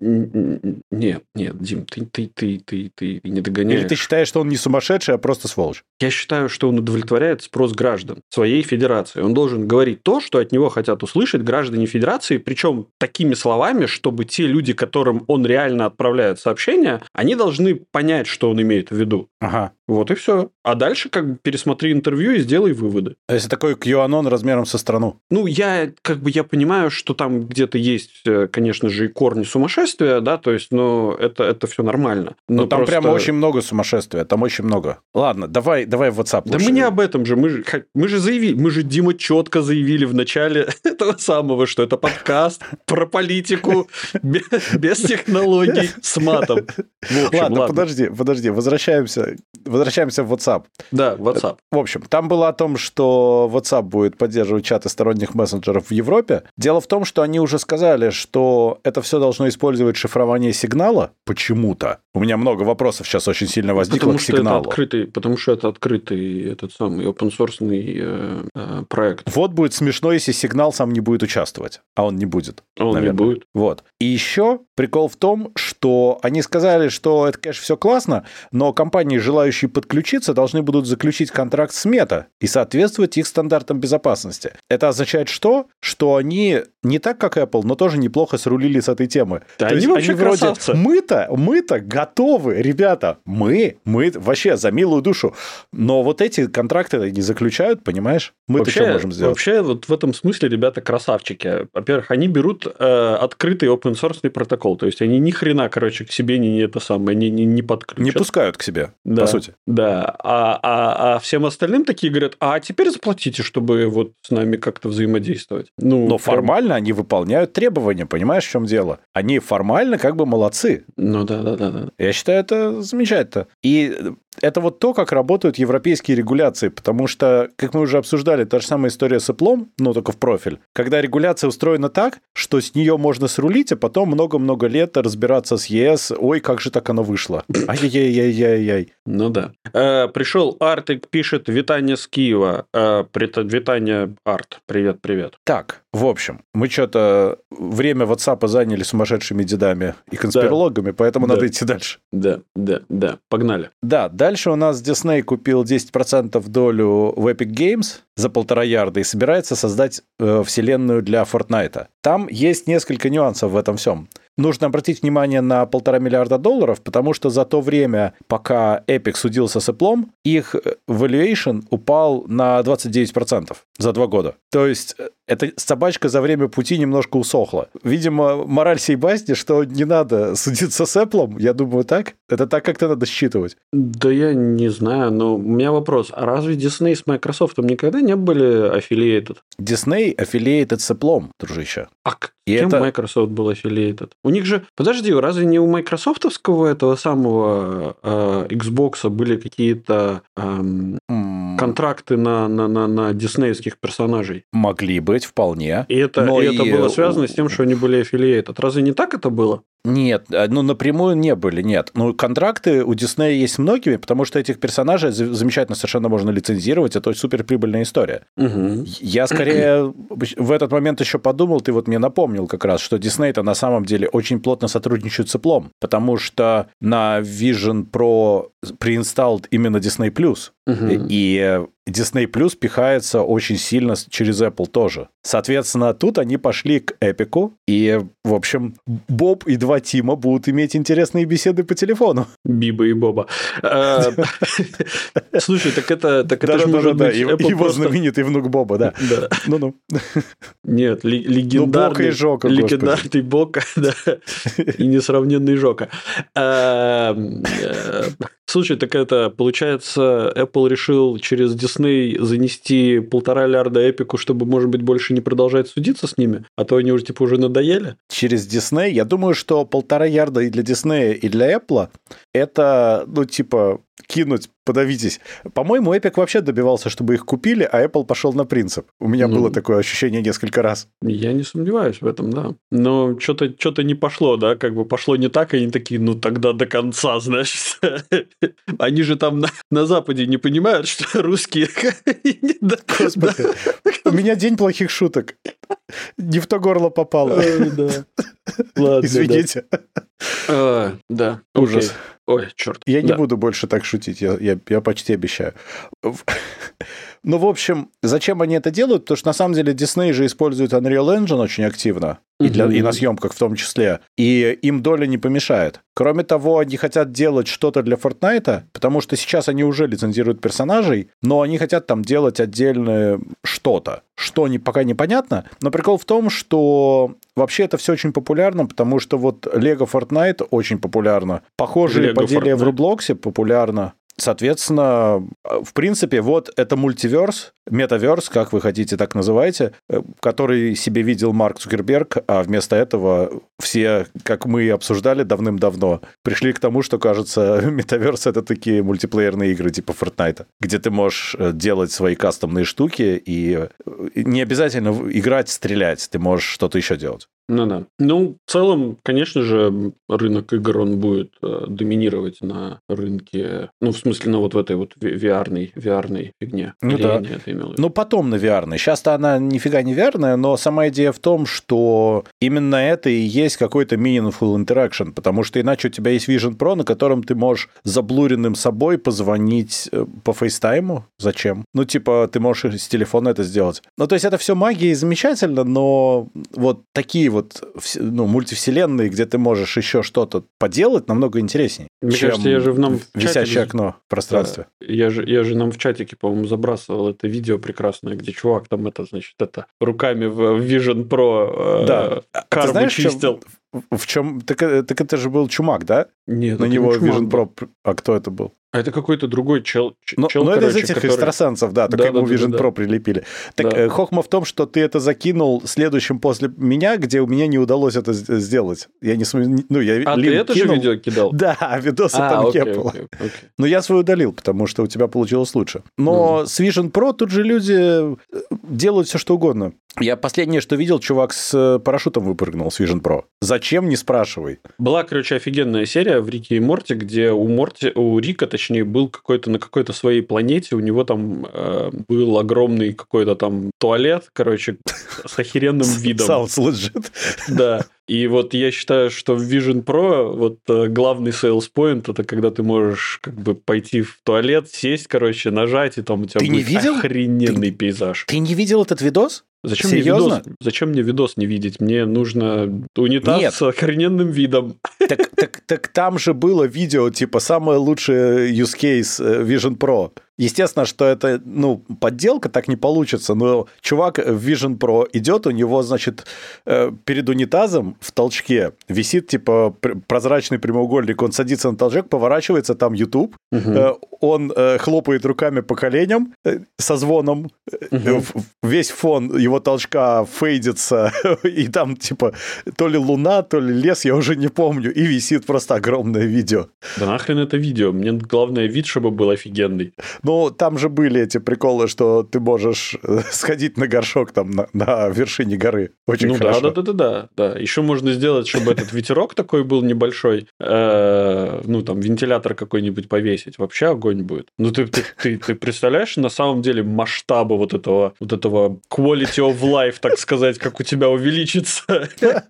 Нет, Дим, ты не догоняешь. Или ты считаешь, что он не сумасшедший, а просто сволочь? Я считаю, что он удовлетворяет спрос граждан своей федерации. Он должен говорить то, что от него хотят услышать граждане федерации, причем такими словами, чтобы те люди, которым он реально отправляет сообщения, они должны понять, что он имеет в виду. Ага. Вот и все. А дальше как бы пересмотри интервью и сделай выводы. А если такой QAnon размером со страну? Я понимаю, что там где-то есть, конечно же, и корни сумасшествия, да, то есть, это все нормально. Но там прямо очень много сумасшествия, там очень много. Ладно, давай в WhatsApp лучше. Да мы не об этом же, мы же заявили, Дима, четко заявили в начале этого самого, что это подкаст про политику без технологий с матом. Ладно, подожди, возвращаемся в WhatsApp. Да, WhatsApp. В общем, там было о том, что WhatsApp будет поддерживать чаты сторонних мессенджеров в Европе. Дело в том, что они уже сказали, что это все должно использовать шифрование сигнала почему-то. У меня много вопросов сейчас очень сильно возникло к сигналу. Потому что это открытый этот самый open-source проект. Вот будет смешно, если сигнал сам не будет участвовать. А он не будет. Он наверное. Не будет. Вот. И еще прикол в том, что они сказали, что это, конечно, все классно, но компании, желающие подключиться, должны будут заключить контракт с Meta и соответствовать их стандартам безопасности. Это означает что? Что они не так, как Apple, но тоже неплохо срулили с этой темы. Да, то они есть вообще вроде, красавцы. мы-то готовы, ребята, мы вообще за милую душу. Но вот эти контракты не заключают, понимаешь? Мы-то что можем сделать? Вообще, вот в этом смысле ребята красавчики. Во-первых, они берут открытый open-source протокол, то есть они ни хрена, короче, к себе не это самое, не подключат. Не пускают к себе, да, по сути. Да, а всем остальным такие говорят, а теперь заплатите, чтобы вот с нами как-то взаимодействовать. Но формально они выполняют требования, понимаешь, в чем дело? Они формально как бы молодцы. Ну да. Я считаю, это замечательно. И это вот то, как работают европейские регуляции, потому что, как мы уже обсуждали, та же самая история с Apple, но только в профиль, когда регуляция устроена так, что с нее можно срулить, а потом много-много лет разбираться с ЕС, ой, как же так оно вышло. Ай-яй-яй-яй-яй. Ну да. Пришел Артик, пишет, витание с Киева. Витание Арт. Привет. Так, в общем, мы что-то время WhatsApp заняли сумасшедшими дедами и конспирологами, поэтому надо идти дальше. Да. Погнали. Да, дальше у нас Disney купил 10% долю в Epic Games за 1,5 ярда и собирается создать вселенную для Fortnite. Там есть несколько нюансов в этом всем. Нужно обратить внимание на $1,5 миллиарда, потому что за то время, пока Epic судился с Apple, их valuation упал на 29% за 2 года. То есть эта собачка за время пути немножко усохла. Видимо, мораль сей басни, что не надо судиться с Apple, я думаю, так? Это так как-то надо считывать. Да я не знаю, но у меня вопрос. А разве Disney с Microsoft никогда не были affiliated? Disney affiliated с Apple, дружище. А кем Microsoft был affiliated? У них же... Подожди, разве не у майкрософтовского этого самого Xbox были какие-то контракты на диснеевских персонажей? Могли быть, вполне. И это было связано с тем, что они были affiliated. Разве не так это было? Нет, напрямую не были, нет. Контракты у Disney есть с многими, потому что этих персонажей замечательно совершенно можно лицензировать, это суперприбыльная история. Угу. Я скорее в этот момент еще подумал, ты вот мне напомнил как раз, что Disney-то на самом деле очень плотно сотрудничают с Apple, потому что на Vision Pro pre-installed именно Disney+. И Disney Plus пихается очень сильно через Apple тоже. Соответственно, тут они пошли к Эпику, и, в общем, Боб и 2 Тима будут иметь интересные беседы по телефону. Биба и Боба. Слушай, так это же может быть... Его знаменитый внук Боба, да. Ну-ну. Нет, легендарный Бока и несравненный Жока. Слушай, так это, получается, Apple решил через Disney занести 1,5 миллиарда Эпику, чтобы, может быть, больше не продолжать судиться с ними? А то они уже, уже надоели? Через Disney? Я думаю, что 1,5 ярда и для Disney, и для Apple это, кинуть, подавитесь. По-моему, Epic вообще добивался, чтобы их купили, а Apple пошел на принцип. У меня было такое ощущение несколько раз. Я не сомневаюсь в этом, да. Но что-то не пошло, да, пошло не так, и они такие, тогда до конца, значит. Они же там на Западе не понимают, что русские... Господи, у меня день плохих шуток. Не в то горло попало. Ладно, извините. Да. Ужас. Ой, черт. Я не буду больше так шутить, я почти обещаю. Ну, в общем, зачем они это делают? Потому что, на самом деле, Disney же использует Unreal Engine очень активно, и на съемках в том числе, и им доля не помешает. Кроме того, они хотят делать что-то для Fortnite, потому что сейчас они уже лицензируют персонажей, но они хотят там делать отдельное что-то, что пока непонятно. Но прикол в том, что вообще это все очень популярно, потому что вот Lego Fortnite очень популярно. Похожие поделия в Roblox популярно. Соответственно, в принципе, вот это мультиверс, метаверс, как вы хотите так называете, который себе видел Марк Цукерберг, а вместо этого все, как мы обсуждали давным-давно, пришли к тому, что, кажется, метаверс — это такие мультиплеерные игры типа Fortnite, где ты можешь делать свои кастомные штуки, и не обязательно играть, стрелять, ты можешь что-то еще делать. Ну да. Ну, в целом, конечно же, рынок игр, он будет доминировать на рынке, ну, в смысле, на вот в этой вот VR-ной фигне. Ну Или да. я не это имел в виду? Ну, потом на VR-ной. Сейчас-то она нифига не VR-ная, но сама идея в том, что именно это и есть какой-то meaningful interaction, потому что иначе у тебя есть Vision Pro, на котором ты можешь заблуренным собой позвонить по фейстайму. Зачем? Ну, типа, ты можешь с телефона это сделать. Ну, то есть это все магия и замечательно, но вот такие вот мультивселенные, где ты можешь еще что-то поделать, намного интереснее, Мне чем кажется, я же нам в висящее чате... окно в пространстве. Да. Я же нам в чатике, по-моему, забрасывал это видео прекрасное, где чувак там руками в Vision Pro Да. карму знаешь, чистил. В чем? Так это же был Чумак, да? Нет, На это него не Чумак Vision был. Pro. А кто это был? А это какой-то другой чел, Ну, это из короче, этих который... экстрасенсов, да, только ему Vision Pro прилепили. Так Да. хохма в том, что ты это закинул следующим после меня, где у меня не удалось это сделать. Я не смог... Ну, я А ты линк это же кинул. видео кидал? Да, видоса там окей, не было. окей. Но я свой удалил, потому что у тебя получилось лучше. Но с Vision Pro тут же люди делают все, что угодно. Я последнее, что видел, чувак с парашютом выпрыгнул с Vision Pro. Зачем, не спрашивай. Была, короче, офигенная серия в Рике и Морти, где у Рика, точнее, был какой-то на какой-то своей планете, у него там был огромный какой-то там туалет, короче, с охеренным видом. Sounds legit. Да. И вот я считаю, что в Vision Pro вот главный sales point это когда ты можешь как бы пойти в туалет, сесть, короче, нажать, и там у тебя Ты не будет видел? охрененный пейзаж. Ты не видел этот видос? Зачем Серьезно? мне видос? Зачем мне видос не видеть? Мне нужно унитаз Нет. с охрененным видом. Так там же было видео, типа, самое лучшее use case Vision Pro. Естественно, что это, подделка, так не получится, но чувак в Vision Pro идет, у него, значит, перед унитазом в толчке висит, типа, прозрачный прямоугольник, он садится на толчок, поворачивается, там YouTube, он хлопает руками по коленям со звоном, весь фон его толчка фейдится, и там, типа, то ли луна, то ли лес, я уже не помню, и висит просто огромное видео. Да нахрен это видео? Мне главное вид, чтобы был офигенный. Ну, там же были эти приколы, что ты можешь сходить на горшок там на вершине горы. Очень хорошо. Да. Еще можно сделать, чтобы этот ветерок такой был небольшой, там вентилятор какой-нибудь повесить. Вообще огонь будет. Ну, ты представляешь на самом деле масштабы вот этого quality of life, так сказать, как у тебя увеличится?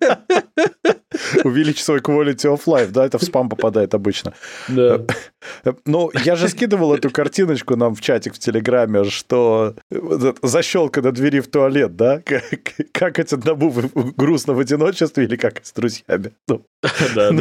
Увеличь свой quality of life, да, это в спам попадает обычно. Да. Ну, я же скидывал эту картиночку нам в чатик в Телеграме, что защелка на двери в туалет, да? Как это одному грустно в одиночестве или как с друзьями? Да.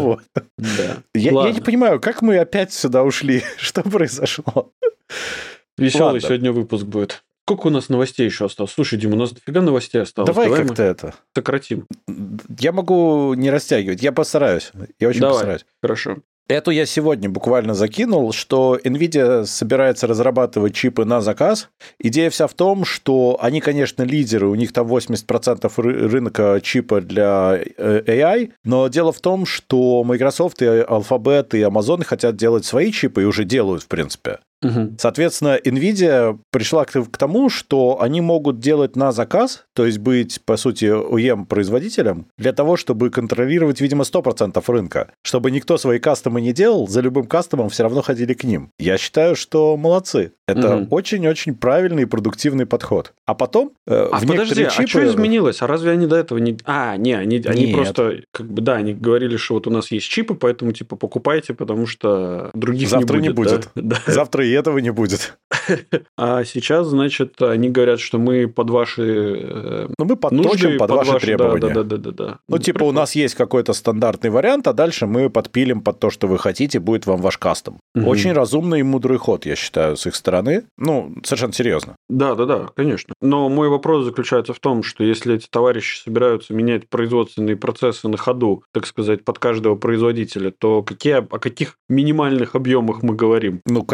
Я не понимаю, как мы опять сюда ушли? Что произошло? Веселый сегодня выпуск будет. Сколько у нас новостей еще осталось? Слушай, Дима, у нас дофига новостей осталось. Давай как-то это сократим. Я могу не растягивать, я постараюсь. Я очень постараюсь. Хорошо. Эту я сегодня буквально закинул, что NVIDIA собирается разрабатывать чипы на заказ. Идея вся в том, что они, конечно, лидеры, у них там 80% рынка чипа для AI, но дело в том, что Microsoft и Alphabet и Amazon хотят делать свои чипы и уже делают, в принципе. Соответственно, NVIDIA пришла к тому, что они могут делать на заказ, то есть быть, по сути, OEM-производителем, для того, чтобы контролировать, видимо, 100% рынка. Чтобы никто свои кастомы не делал, за любым кастомом все равно ходили к ним. Я считаю, что молодцы. Это очень-очень правильный и продуктивный подход. А потом в некоторые чипы... А что изменилось? А разве они до этого не... Они просто, они говорили, что вот у нас есть чипы, поэтому, типа, покупайте, потому что других завтра не будет. Да? Завтра и этого не будет. А сейчас, значит, они говорят, что мы под ваши мы подточим под ваши требования. Да. Ну, типа, у нас есть какой-то стандартный вариант, а дальше мы подпилим под то, что вы хотите, будет вам ваш кастом. Очень разумный и мудрый ход, я считаю, с их стороны. Ну, совершенно серьезно. Да, конечно. Но мой вопрос заключается в том, что если эти товарищи собираются менять производственные процессы на ходу, так сказать, под каждого производителя, то о каких минимальных объемах мы говорим? Ну, конечно же,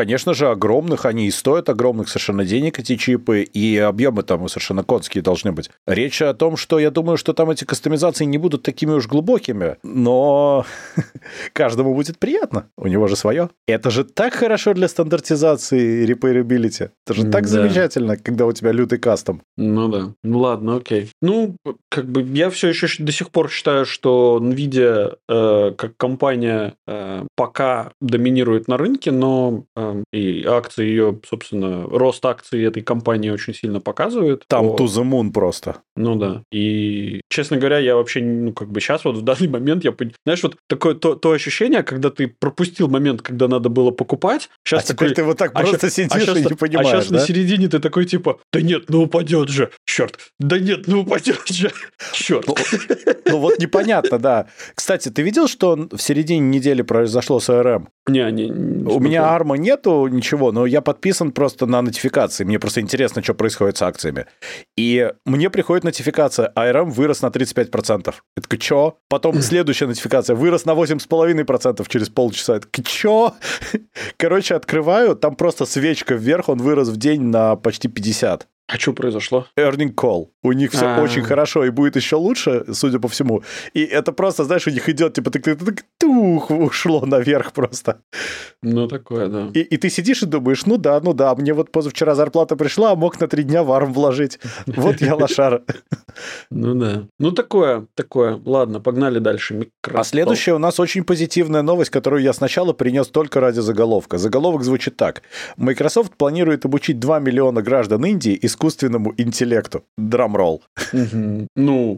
тоже огромных, они и стоят огромных совершенно денег, эти чипы, и объемы там совершенно конские должны быть. Речь о том, что я думаю, что там эти кастомизации не будут такими уж глубокими, но каждому будет приятно, у него же свое. Это же так хорошо для стандартизации repairability. Это же так замечательно, когда у тебя лютый кастом. Ну да. Ну ладно, окей. Ну, как бы я все еще до сих пор считаю, что NVIDIA как компания пока доминирует на рынке, но и акции ее, собственно, рост акций этой компании очень сильно показывает. Там to the moon просто. Ну да. И, честно говоря, я вообще, ну, как бы сейчас вот в данный момент, знаешь, вот такое то ощущение, когда ты пропустил момент, когда надо было покупать. Сейчас теперь ты вот так просто сидишь и не понимаешь, сейчас на середине ты такой типа, да нет, ну упадет же, черт, да нет, ну упадет же, черт. Ну вот непонятно, да. Кстати, ты видел, что в середине недели произошло с ARM? Не У меня ARM нету ничего, но я подписан просто на нотификации. Мне просто интересно, что происходит с акциями. И мне приходит нотификация, ARM вырос на 35%. Я такой, чё? Потом следующая нотификация, вырос на 8,5% через полчаса. Я такой, чё? Короче, открываю, там просто свечка вверх, он вырос в день на почти 50%. А что произошло? Earning call. У них все очень хорошо и будет еще лучше, судя по всему. И это просто, знаешь, у них идет, типа, тух, ушло наверх просто. Ну, такое, да. И ты сидишь и думаешь, ну да, мне вот позавчера зарплата пришла, а мог на 3 дня в ARM вложить. Вот я лошара. Ну да. Ну, такое. Ладно, погнали дальше. А следующая у нас очень позитивная новость, которую я сначала принес только ради заголовка. Заголовок звучит так. Microsoft планирует обучить 2 миллиона граждан Индии искусственному интеллекту. Драмролл. Ну,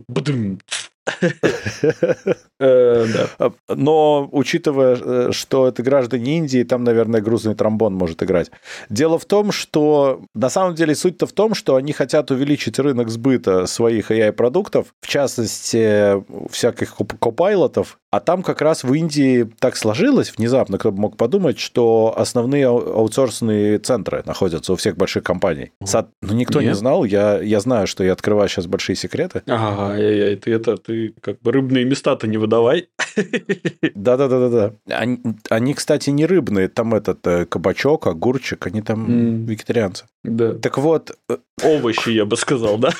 да. Но, учитывая, что это граждане Индии, там, наверное, грузный тромбон может играть. Дело в том, что на самом деле суть-то в том, что они хотят увеличить рынок сбыта своих AI-продуктов, в частности, всяких копайлотов, а там как раз в Индии так сложилось внезапно, кто бы мог подумать, что основные аутсорсные центры находятся у всех больших компаний. Ну, никто не знал, я знаю, что я открываю сейчас большие секреты. Ты как бы рыбные места-то не выдавай. Да. Они, кстати, не рыбные. Там этот кабачок, огурчик, они там вегетарианцы. Да. Так вот... Овощи, я бы сказал, да?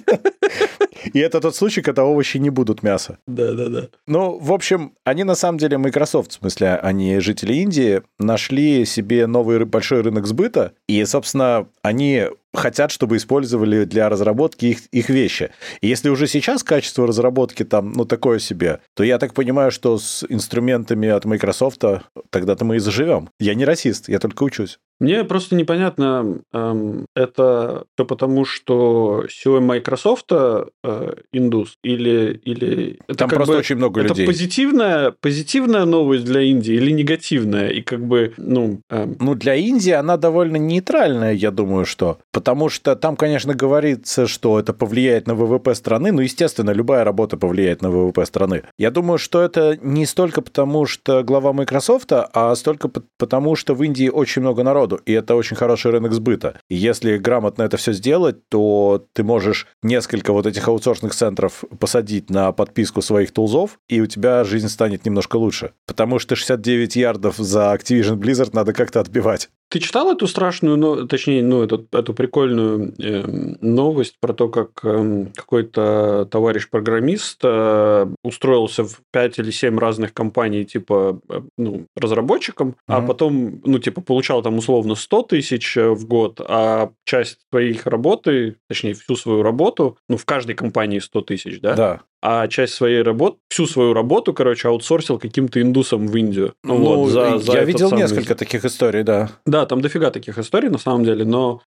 И это тот случай, когда овощи не будут мясо. Да. Ну, в общем, они на самом деле, Microsoft, в смысле, они жители Индии, нашли себе новый большой рынок сбыта, и, собственно, они хотят, чтобы использовали для разработки их вещи. И если уже сейчас качество разработки там, такое себе, то я так понимаю, что с инструментами от Microsoft тогда-то мы и заживем. Я не расист, я только учусь. Мне просто непонятно, это все потому, что CEO Microsoft индус или это там просто очень много людей. Это позитивная новость для Индии или негативная? И как бы, для Индии она довольно нейтральная, я думаю, что. Потому что там, конечно, говорится, что это повлияет на ВВП страны. Естественно, любая работа повлияет на ВВП страны. Я думаю, что это не столько потому, что глава Microsoft, а столько потому, что в Индии очень много народу, и это очень хороший рынок сбыта. И если грамотно это все сделать, то ты можешь несколько вот этих аутсорсных центров посадить на подписку своих тулзов, и у тебя жизнь станет немножко лучше. Потому что 69 ярдов за Activision Blizzard надо как-то отбивать. Ты читал эту страшную, эту прикольную новость про то, как какой-то товарищ-программист устроился в 5 или 7 разных компаний, типа, разработчиком, а потом, получал там условно 100 тысяч в год, а часть своих работы, точнее, всю свою работу, в каждой компании 100 тысяч, да? Да. А часть своей работы, всю свою работу, аутсорсил каким-то индусам в Индию. Я видел несколько таких историй, да. Да, там дофига таких историй, на самом деле, но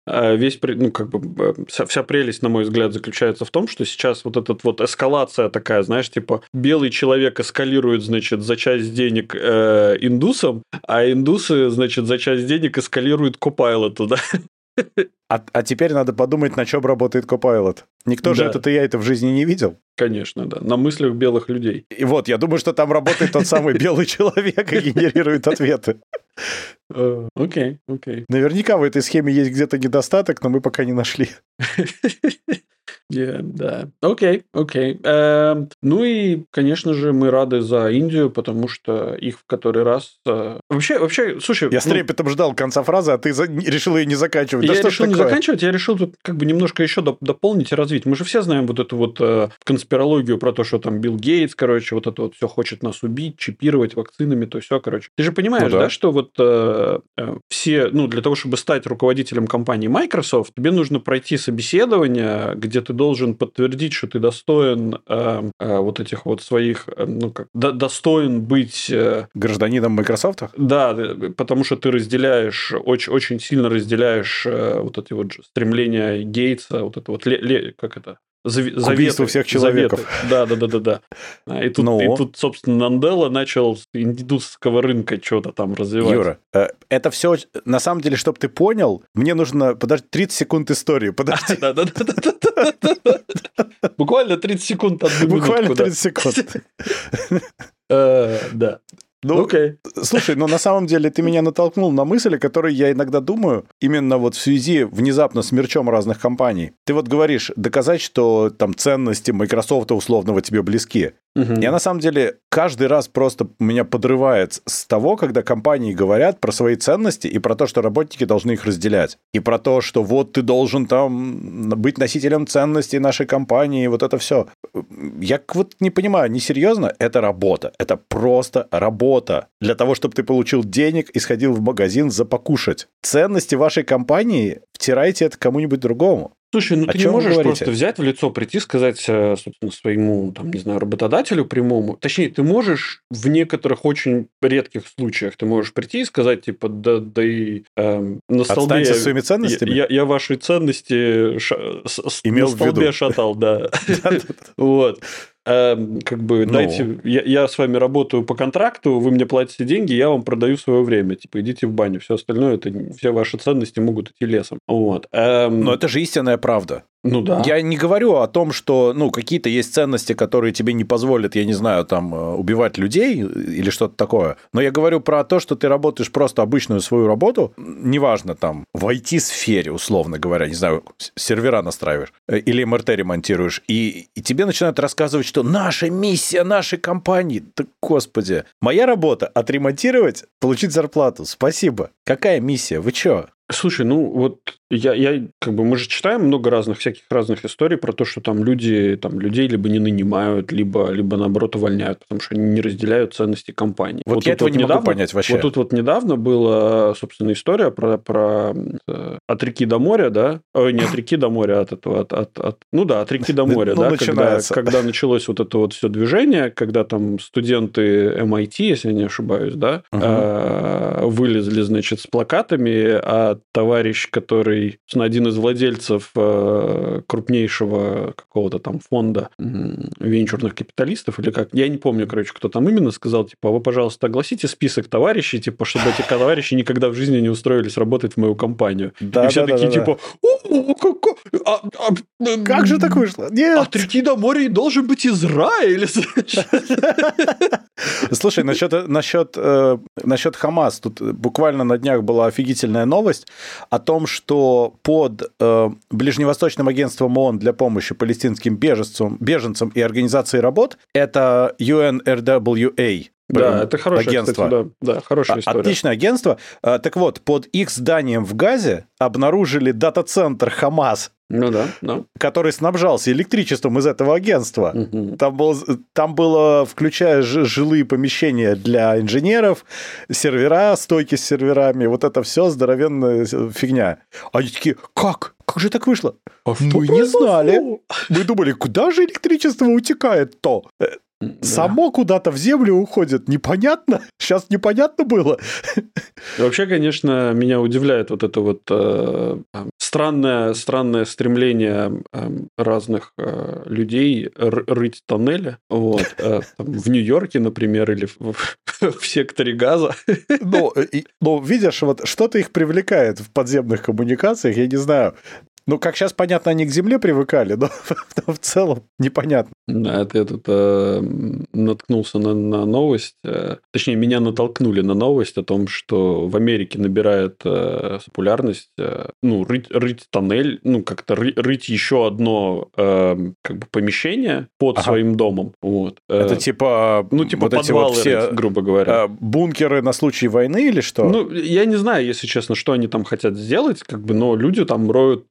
вся прелесть, на мой взгляд, заключается в том, что сейчас вот эта вот эскалация такая, знаешь, типа белый человек эскалирует, значит, за часть денег индусам, а индусы, значит, за часть денег эскалируют Copilot, да? А теперь надо подумать, на чем работает Copilot. Никто же этот AI-то в жизни не видел. Конечно, да. На мыслях белых людей. И вот, я думаю, что там работает тот самый белый человек и генерирует ответы. Окей. Наверняка в этой схеме есть где-то недостаток, но мы пока не нашли. Да. Окей. Ну и, конечно же, мы рады за Индию, потому что их в который раз... Вообще, слушай... Я с трепетом ждал конца фразы, а ты решил ее не заканчивать. Я решил не заканчивать, я решил тут как бы немножко еще дополнить и развить. Мы же все знаем вот эту вот конспирологию про то, что там Билл Гейтс, короче, вот это вот все хочет нас убить, чипировать вакцинами, то все, короче. Ты же понимаешь, да, что вот все, для того, чтобы стать руководителем компании Microsoft, тебе нужно пройти собеседование, где ты должен подтвердить, что ты достоин вот этих вот своих, достоин быть... Гражданином Microsoft? Да, потому что ты разделяешь, очень сильно разделяешь вот эти вот стремления Гейтса, вот это вот, как это? Убийство всех человеков. Да. И тут, собственно, Нанделла начал с индусского рынка что-то там развивать. Юра, это все, на самом деле, чтобы ты понял, мне нужно, 30 секунд истории, подожди. Да. Буквально 30 секунд, одну минутку. Буквально 30 секунд. Да. Окей. Слушай, на самом деле ты меня натолкнул на мысли, которые я иногда думаю, именно вот в связи внезапно с мерчом разных компаний. Ты вот говоришь, доказать, что там ценности Microsoft условного тебе близки. Я на самом деле каждый раз просто меня подрывает с того, когда компании говорят про свои ценности и про то, что работники должны их разделять. И про то, что вот ты должен там быть носителем ценностей нашей компании, вот это все. Я вот не понимаю, несерьезно, это работа. Это просто работа. Для того, чтобы ты получил денег и сходил в магазин за покушать. Ценности вашей компании втирайте это кому-нибудь другому. Слушай, ты не можешь просто взять в лицо, прийти, сказать, собственно, своему, работодателю прямому. Точнее, ты можешь в некоторых очень редких случаях, ты можешь прийти и сказать, типа, да и на столбе... Отстаньте со своими ценностями? Я ваши ценности имел на столбе шатал, да. Вот. Дайте, я с вами работаю по контракту, вы мне платите деньги, я вам продаю свое время. Типа, идите в баню. Все остальное, все ваши ценности могут идти лесом. Вот. Но это же истинная правда. Ну да. Я не говорю о том, что какие-то есть ценности, которые тебе не позволят, я не знаю, там, убивать людей или что-то такое. Но я говорю про то, что ты работаешь просто обычную свою работу, неважно, там, в IT-сфере, условно говоря, не знаю, сервера настраиваешь или МРТ ремонтируешь, и тебе начинают рассказывать, что наша миссия нашей компании, да господи, моя работа отремонтировать, получить зарплату, спасибо. Какая миссия? Вы чё? Слушай, мы же читаем много всяких разных историй про то, что там людей либо не нанимают, либо наоборот увольняют, потому что они не разделяют ценности компании. Вот я этого не могу понять вообще. Вот тут вот недавно была, собственно, история про от реки до моря, да? Ой, не от реки до моря, от реки до моря, да? Когда началось вот это вот все движение, когда там студенты MIT, если я не ошибаюсь, да, вылезли, значит, с плакатами, а товарищ, который, один из владельцев крупнейшего какого-то там фонда венчурных капиталистов, или как, я не помню, кто там именно, сказал, типа, вы, пожалуйста, огласите список товарищей, типа, чтобы эти товарищи никогда в жизни не устроились работать в мою компанию. Да, и все такие, типа, как же так вышло? Нет. От реки до моря должен быть Израиль. Слушай, насчет Хамас, тут буквально на днях была офигительная новость о том, что под Ближневосточным агентством ООН для помощи палестинским беженцам и организации работ, это UNRWA. Да, это хорошее агентство. Кстати, да, хорошая история. Отличное агентство. Так вот, под их зданием в Газе обнаружили дата-центр Хамас. Ну да. Который снабжался электричеством из этого агентства. Угу. Там было, включая жилые помещения для инженеров, сервера, стойки с серверами, вот это все здоровенная фигня. Они такие, как? Как же так вышло? Мы не знали. Мы думали, куда же электричество утекает-то? Само куда-то в землю уходит. Непонятно. Сейчас непонятно было. Вообще, конечно, меня удивляет вот это вот странное стремление разных людей рыть тоннели. Вот. В Нью-Йорке, например, или в секторе Газа. Ну, видишь, вот что-то их привлекает в подземных коммуникациях, я не знаю. Ну, как сейчас понятно, они к Земле привыкали, но в целом непонятно. Да, это я тут наткнулся на новость, точнее, меня натолкнули на новость о том, что в Америке набирает популярность, рыть тоннель, как-то рыть еще одно как бы помещение под своим домом. Вот. Это типа... вот подвалы, все, грубо говоря. Бункеры на случай войны или что? Я не знаю, если честно, что они там хотят сделать, как бы, но люди там роют,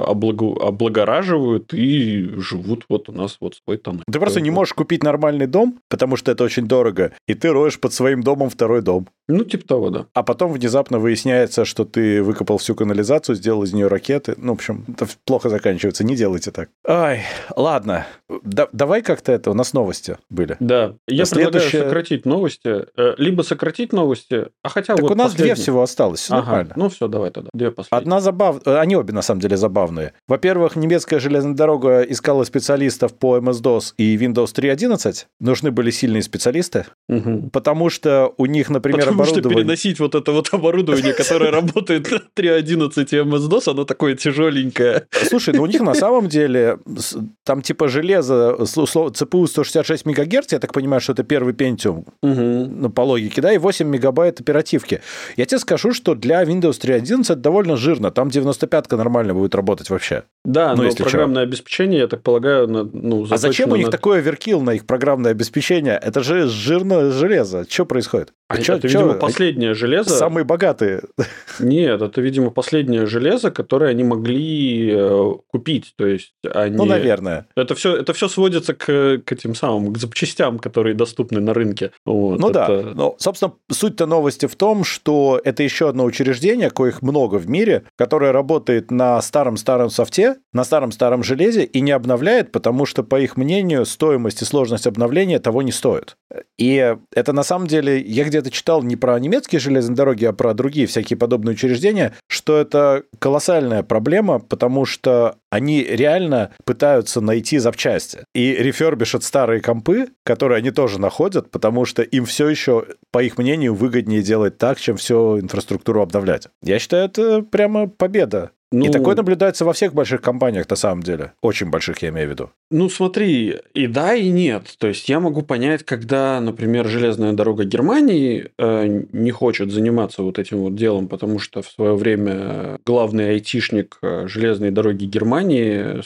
облагораживают и живут вот у нас вот свой тоннель. Ты просто не можешь купить нормальный дом, потому что это очень дорого, и ты роешь под своим домом второй дом. Типа того, да. А потом внезапно выясняется, что ты выкопал всю канализацию, сделал из нее ракеты. В общем, это плохо заканчивается, не делайте так. Ай, ладно. Давай как-то это, у нас новости были. Да, я предлагаю сократить новости, либо сократить новости, хотя так вот у нас две всего осталось, все нормально. Все, давай тогда, две последние. Одна забавная, они обе на самом деле забавные. Во-первых, немецкая железная дорога искала специалистов по MS-DOS и Windows 3.11. Нужны были сильные специалисты, потому что у них, например, Потому что переносить вот это вот оборудование, которое работает на 3.11 и MS-DOS, оно такое тяжеленькое. Слушай, у них на самом деле там типа железо, CPU 166 МГц, я так понимаю, что это первый Pentium, по логике, да, и 8 мегабайт оперативки. Я тебе скажу, что для Windows 3.11 это довольно жирно, там 95-ка нормально будет работать вообще. Да, но программное обеспечение, я так полагаю, а зачем у них такой оверкилл на их программное обеспечение? Это же жирное железо. Что происходит? Это, видимо, последнее железо. Самые богатые. Нет, это, видимо, последнее железо, которое они могли купить. То есть они... наверное. Это все сводится к этим самым, к запчастям, которые доступны на рынке. Вот, да. Но, собственно, суть-то новости в том, что это еще одно учреждение, коих много в мире, которое работает на старом-старом софте, на старом-старом железе и не обновляет, потому что, по их мнению, стоимость и сложность обновления того не стоит. И это, на самом деле, я где-то читал не про немецкие железные дороги, а про другие всякие подобные учреждения, что это колоссальная проблема, потому что они реально пытаются найти запчасти и рефербишат старые компы, которые они тоже находят, потому что им все еще, по их мнению, выгоднее делать так, чем всю инфраструктуру обновлять. Я считаю, это прямо победа. И такое наблюдается во всех больших компаниях, на самом деле. Очень больших, я имею в виду. Смотри, и да, и нет. То есть я могу понять, когда, например, железная дорога Германии не хочет заниматься вот этим вот делом, потому что в свое время главный айтишник железной дороги Германии,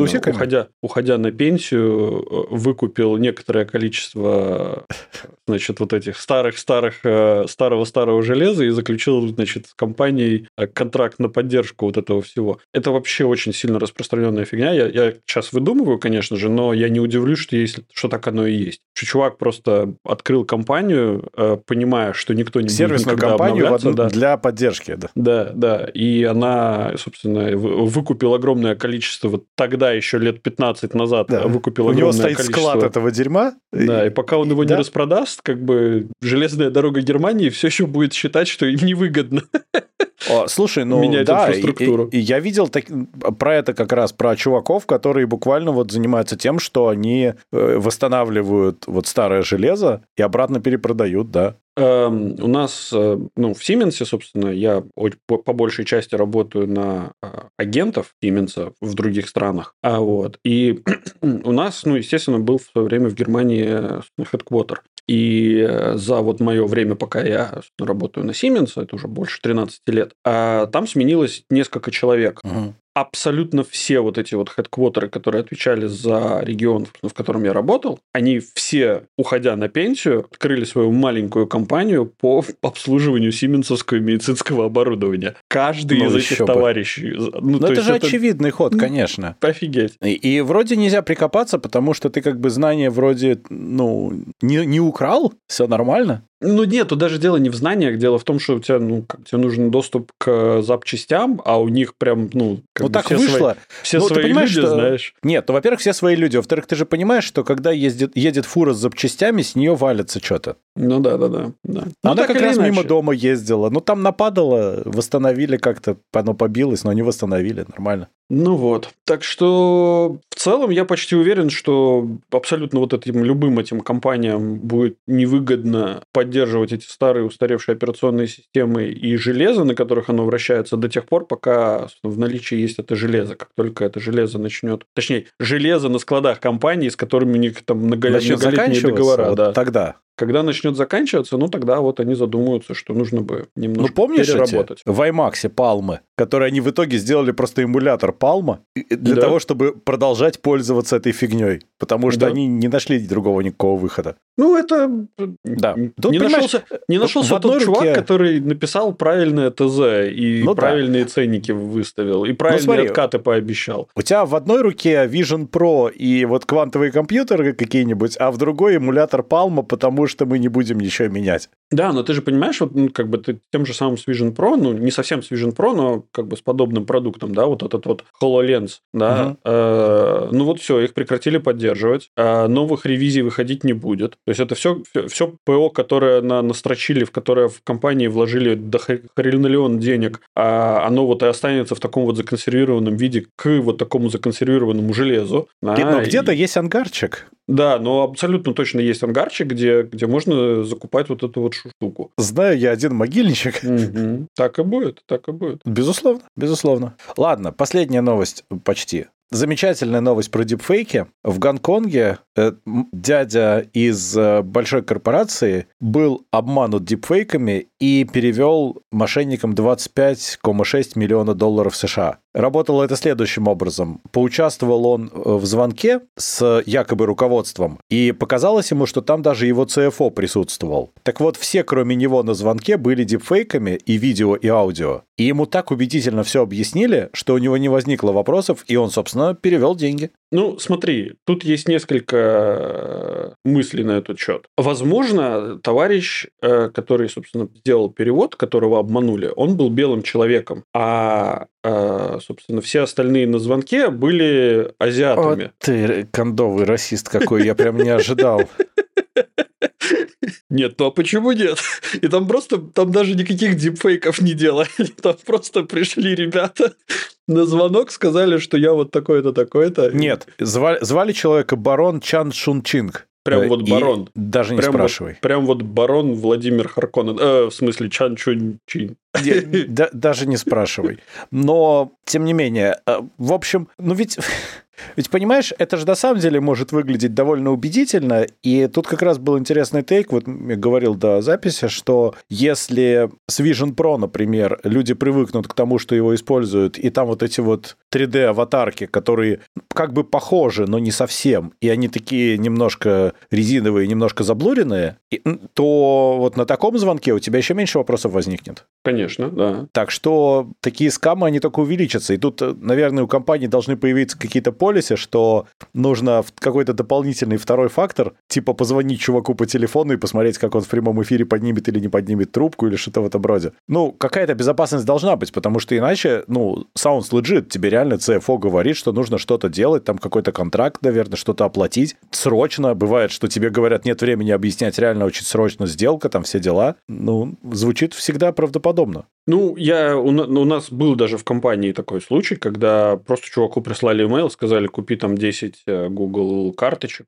уходя на пенсию, выкупил некоторое количество, значит, вот этих старого железа и заключил, значит, с компанией контракт на поддержку вот этого всего. Это вообще очень сильно распространенная фигня. Я сейчас выдумываю, конечно же, но я не удивлюсь, что так оно и есть. Что чувак просто открыл компанию, понимая, что никто не будет никогда обновляться. Сервисную компанию для поддержки. Да. И она, собственно, выкупила огромное количество, тогда еще лет 15 назад выкупила огромное количество. У него стоит склад этого дерьма. Да, и пока он его не распродаст, как бы железная дорога Германии все еще будет считать, что им невыгодно. Слушай, менять инфраструктуру. И я видел про это как раз, про чуваков, которые буквально вот занимаются тем, что они восстанавливают вот старое железо и обратно перепродают, да. У нас, в Siemens, собственно, я по большей части работаю на агентов Siemens в других странах. И у нас, естественно, был в свое время в Германии headquarter. И за вот мое время, пока я работаю на Siemens, это уже больше 13 лет, там сменилось несколько человек. Абсолютно все вот эти вот хедквотеры, которые отвечали за регион, в котором я работал, они все, уходя на пенсию, открыли свою маленькую компанию по обслуживанию сименсовского медицинского оборудования. Каждый из этих товарищей. Это же очевидный ход, конечно. Офигеть. И вроде нельзя прикопаться, потому что ты как бы знания вроде, не украл, все нормально. Нет, тут даже дело не в знаниях, дело в том, что у тебя, тебе нужен доступ к запчастям, а у них прям, так вышло. Все свои люди, знаешь. Нет, во-первых, все свои люди. Во-вторых, ты же понимаешь, что когда едет фура с запчастями, с нее валится что-то. Ну да. Она как раз мимо дома ездила. Ну, там нападало, восстановили как-то, оно побилось, но они восстановили, нормально. Ну вот. Так что в целом я почти уверен, что абсолютно вот любым этим компаниям будет невыгодно поддерживать эти старые устаревшие операционные системы и железо, на которых оно вращается, до тех пор, пока в наличии есть это железо. Как только это железо начнет... Точнее, железо на складах компаний, с которыми у них там многолетние договора. Вот да. Тогда. Когда начнет заканчиваться, тогда вот они задумаются, что нужно бы немножко переработать. В IMAX Palma, который они в итоге сделали просто эмулятор Palma для того, чтобы продолжать пользоваться этой фигней, потому что они не нашли другого никакого выхода. Это... Да. Не нашелся тот чувак, который написал правильное ТЗ и правильные ценники выставил, и правильные откаты пообещал. У тебя в одной руке Vision Pro и вот квантовые компьютеры какие-нибудь, а в другой эмулятор Palma, потому что мы не будем ничего менять. Да, но ты же понимаешь, вот ты тем же самым с Vision Pro, не совсем с Vision Pro, но с подобным продуктом, да, вот этот вот HoloLens, да, все, их прекратили поддерживать, новых ревизий выходить не будет. То есть это все ПО, которое настрочили, в которое в компании вложили до хренолеон денег, оно вот и останется в таком вот законсервированном виде к вот такому законсервированному железу. Но где-то есть ангарчик. Да, но абсолютно точно есть ангарчик, где можно закупать вот эту вот штуку. Знаю я один могильничек. Так и будет. Безусловно. Ладно, последняя новость почти. Замечательная новость про дипфейки. В Гонконге дядя из большой корпорации был обманут дипфейками и перевел мошенникам $25,6 миллиона США. Работало это следующим образом. Поучаствовал он в звонке с якобы руководством, и показалось ему, что там даже его CFO присутствовал. Так вот, все, кроме него, на звонке были дипфейками и видео, и аудио. И ему так убедительно все объяснили, что у него не возникло вопросов, и он, собственно, перевел деньги. Смотри, тут есть несколько мыслей на этот счет. Возможно, товарищ, который, собственно, сделал перевод, которого обманули, он был белым человеком, собственно, все остальные на звонке были азиатами. Вот ты кондовый расист какой, я прям не ожидал. Нет, а почему нет? И там даже никаких дипфейков не делали. Там просто пришли ребята на звонок, сказали, что я вот такой-то, такой-то. Нет, звали человека барон Чан Шун Чинг. Прям вот барон. Даже не спрашивай. Прям вот барон Владимир Харконнен. В смысле, Чан Чун Чин. Даже не спрашивай. Но, тем не менее, в общем, ведь, понимаешь, это же на самом деле может выглядеть довольно убедительно, и тут как раз был интересный тейк, вот я говорил до записи, что если с Vision Pro, например, люди привыкнут к тому, что его используют, и там вот эти вот 3D-аватарки, которые как бы похожи, но не совсем, и они такие немножко резиновые, немножко заблуренные, то вот на таком звонке у тебя еще меньше вопросов возникнет. Конечно, да. Так что такие скамы, они только увеличатся. И тут, наверное, у компании должны появиться какие-то полисы, что нужно какой-то дополнительный второй фактор, типа позвонить чуваку по телефону и посмотреть, как он в прямом эфире поднимет или не поднимет трубку или что-то в этом роде. Какая-то безопасность должна быть, потому что иначе, sounds legit, тебе реально CFO говорит, что нужно что-то делать, там какой-то контракт, наверное, что-то оплатить. Срочно. Бывает, что тебе говорят, нет времени объяснять, реально очень срочно сделка, там все дела. Звучит всегда правдоподобно. У нас был даже в компании такой случай, когда просто чуваку прислали имейл, сказали, купи там 10 Google карточек,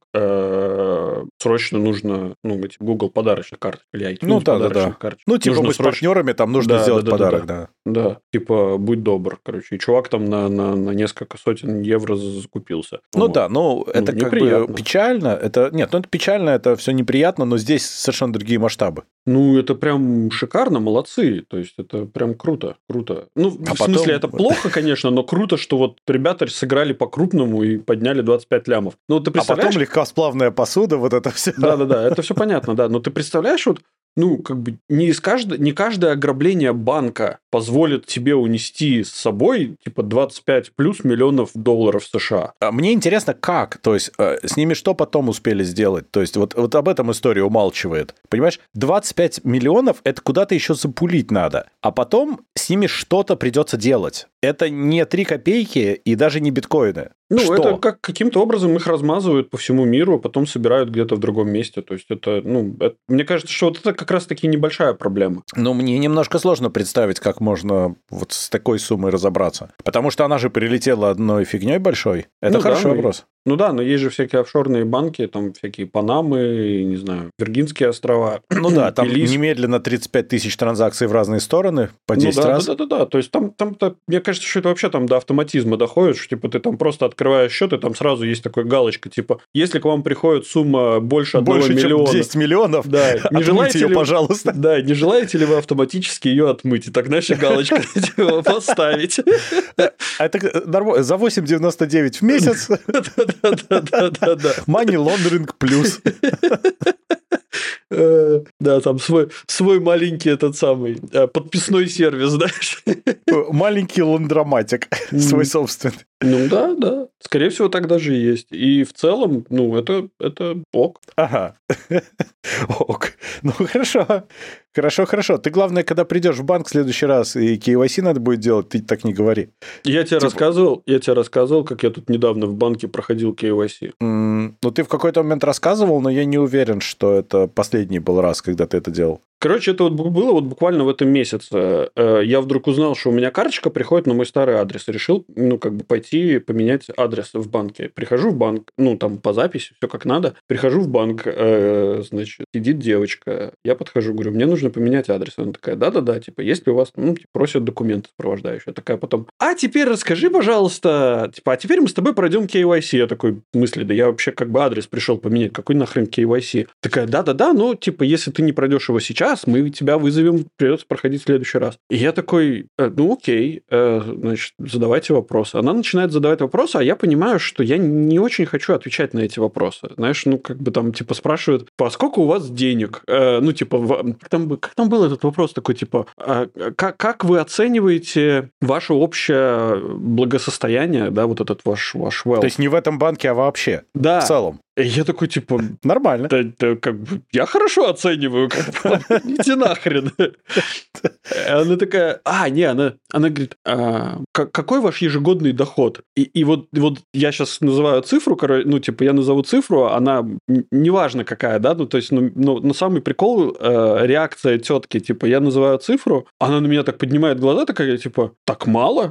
срочно нужно, эти Google подарочных карточек или iTunes подарочных карточек. Мы с партнерами, там нужно сделать подарок, да. Да, типа, будь добр, короче. И чувак там на несколько сотен евро закупился. Это как бы печально. Это печально, это все неприятно, но здесь совершенно другие масштабы. Это прям шикарно, молодцы. То есть, это прям круто. В смысле, это плохо, конечно, но круто, что вот ребята сыграли по-крупному и подняли 25 лямов. Ты представляешь... А потом легкосплавная посуда, вот это все. Да, это все понятно, да. Но ты представляешь, не каждое ограбление банка позволит тебе унести с собой, 25 плюс миллионов долларов США. Мне интересно, как? То есть, с ними что потом успели сделать? То есть, вот об этом история умалчивает. Понимаешь, 25 миллионов – это куда-то еще запулить надо. А потом с ними что-то придется делать. это не 3 копейки и даже не биткоины. Ну, Что? это как каким-то образом их размазывают по всему миру, а потом собирают где-то в другом месте. То есть это, мне кажется, что вот это как раз-таки небольшая проблема. Ну, мне немножко сложно представить, как можно вот с такой суммой разобраться. Потому что она же прилетела одной фигней большой. Это хороший вопрос. Ну да, но есть же всякие офшорные банки, там всякие Панамы, не знаю, Виргинские острова. Ну да, там немедленно 35 тысяч транзакций в разные стороны по 10 раз. Да. То есть там-то, мне кажется, что это вообще там до автоматизма доходит, что типа ты там просто открываешь счет, и там сразу есть такая галочка, типа, если к вам приходит сумма больше 1 миллиона... Больше, чем 10 миллионов, да, не желаете ее, ли, пожалуйста. Да, не желаете ли вы автоматически ее отмыть? И тогда еще галочку поставить. Это нормально. За 8,99 в месяц. Да. Money laundering плюс. Да, там свой маленький этот самый подписной сервис, знаешь. Маленький ландроматик свой собственный. Ну да. Скорее всего, так даже и есть. И в целом, это ок. Ага. Ок. Ну, хорошо. Хорошо. Ты, главное, когда придешь в банк в следующий раз и KYC надо будет делать, ты так не говори. Я тебе рассказывал, как я тут недавно в банке проходил KYC. Ну, ты в какой-то момент рассказывал, но я не уверен, что это последний был раз, когда ты это делал. Короче, это вот было вот буквально в этом месяце. Я вдруг узнал, что у меня карточка приходит на мой старый адрес. И решил, пойти поменять адрес в банке. Прихожу в банк, там по записи, все как надо. Прихожу в банк, значит, сидит девочка. Я подхожу, говорю, мне нужно поменять адрес. Она такая, да, типа, есть ли у вас, просят документы сопровождающие. Такая потом, а теперь расскажи, пожалуйста, типа, а теперь мы с тобой пройдем KYC. Я такой, в смысле, да я вообще как бы адрес пришел поменять. Какой нахрен KYC? Такая, да, типа, если ты не пройдешь его сейчас, мы тебя вызовем, придется проходить в следующий раз. И я такой, окей, значит, задавайте вопросы. Она начинает задавать вопросы, а я понимаю, что я не очень хочу отвечать на эти вопросы. Знаешь, типа, спрашивают, а сколько у вас денег? Как там был этот вопрос такой, типа, как вы оцениваете ваше общее благосостояние, да, вот этот ваш wealth? То есть не в этом банке, а вообще? Да. В целом? Я такой, типа... Нормально. Да, как бы, я хорошо оцениваю, как бы, иди нахрен. Она такая, она говорит, какой ваш ежегодный доход? И вот я сейчас называю цифру, я назову цифру, она неважно какая, да, то есть, но самый прикол, реакция тетки, типа, я называю цифру, она на меня так поднимает глаза, такая, типа, так мало?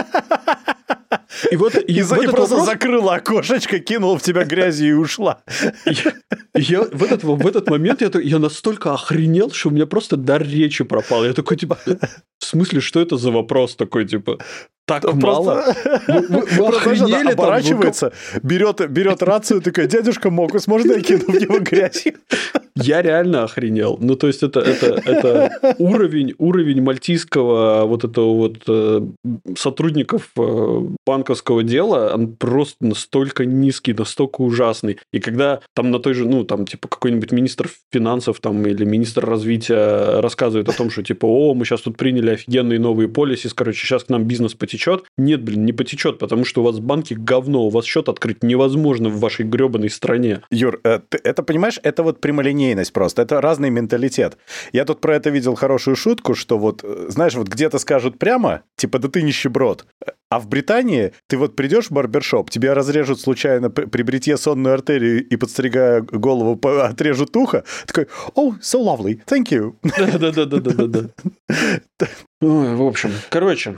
И просто закрыла окошечко, кинула в тебя грязью и ушла. Я в этот момент я настолько охренел, что у меня просто дар речи пропал. Я такой, типа, в смысле, что это за вопрос такой, типа, так мало? Вы охренели? Оборачивается, берет рацию, такая, дядюшка Мокус, можно я кину в него грязью? Я реально охренел. Ну, то есть, это уровень мальтийского вот этого вот сотрудников банковского дела, он просто настолько низкий, настолько ужасный. И когда там на той же, типа, какой-нибудь министр финансов там или министр развития рассказывает о том, что, типа, мы сейчас тут приняли офигенные новые полисис, короче, сейчас к нам бизнес потечет. Нет, не потечет, потому что у вас банки говно, у вас счет открыть невозможно в вашей гребаной стране. Юр, ты это понимаешь, это вот прямолинейность просто, это разный менталитет. Я тут про это видел хорошую шутку, что вот, знаешь, вот где-то скажут прямо, типа, да ты нищеброд. А в Британии ты вот придешь в барбершоп, тебя разрежут случайно при бритье сонную артерию и, подстригая голову, отрежут ухо. Такой, so lovely, thank you. Да. В общем, короче,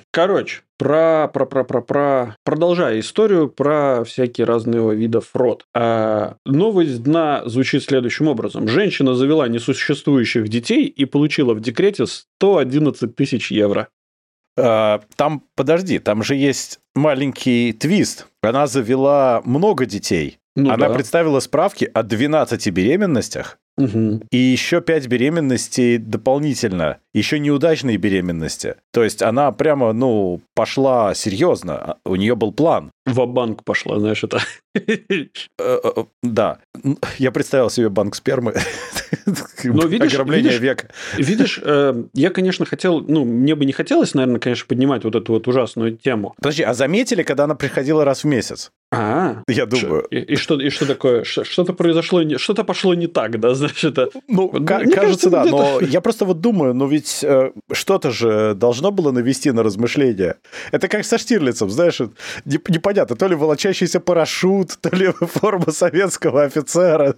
продолжая историю про всякие разные виды фрод. Новость дна звучит следующим образом. Женщина завела несуществующих детей и получила в декрете 111 тысяч евро. Там, подожди, там же есть маленький твист. Она завела много детей. Она представила справки о 12 беременностях. Угу. И еще 5 беременностей дополнительно. Еще неудачные беременности. То есть она прямо, пошла серьезно. У нее был план. Ва-банк пошла, знаешь, это. Да. Я представил себе банк спермы. Ограбление века. Видишь, я, конечно, хотел... мне бы не хотелось, наверное, конечно, поднимать вот эту вот ужасную тему. Подожди, а заметили, когда она приходила раз в месяц? Я думаю. И что такое? Что-то произошло, что-то пошло не так, да, знаешь, это... Кажется, да, но я просто вот думаю, ведь ведь что-то же должно было навести на размышления. Это как со Штирлицем, знаешь, непонятно, то ли волочащийся парашют, то ли форма советского офицера.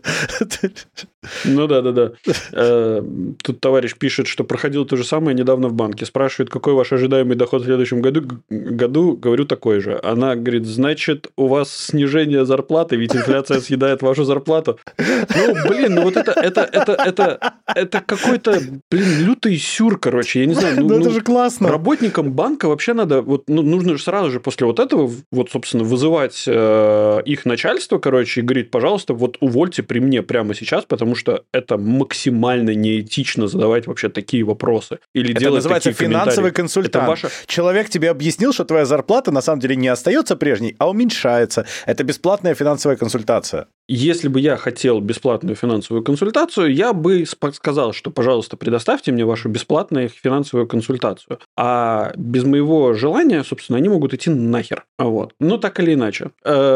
Ну да. Тут товарищ пишет, что проходил то же самое недавно в банке. Спрашивает, какой ваш ожидаемый доход в следующем году. Говорю, такой же. Она говорит, значит, у вас снижение зарплаты, ведь инфляция съедает вашу зарплату. Ну, блин, ну вот это какой-то, блин, лютый сюр, короче. Я не знаю. Ну, это же классно. Работникам банка вообще надо, вот, ну, нужно же сразу же после вот этого, вот, собственно, вызывать их начальство, короче, и говорить, пожалуйста, вот увольте при мне прямо сейчас, потому что это максимально неэтично задавать вообще такие вопросы. Или это делать называется такие финансовый консультант. Человек тебе объяснил, что твоя зарплата на самом деле не остается прежней, а уменьшается. Это бесплатная финансовая консультация. Если бы я хотел бесплатную финансовую консультацию, я бы сказал, что, пожалуйста, предоставьте мне вашу бесплатную финансовую консультацию. А без моего желания, собственно, они могут идти нахер. Вот. Ну, так или иначе.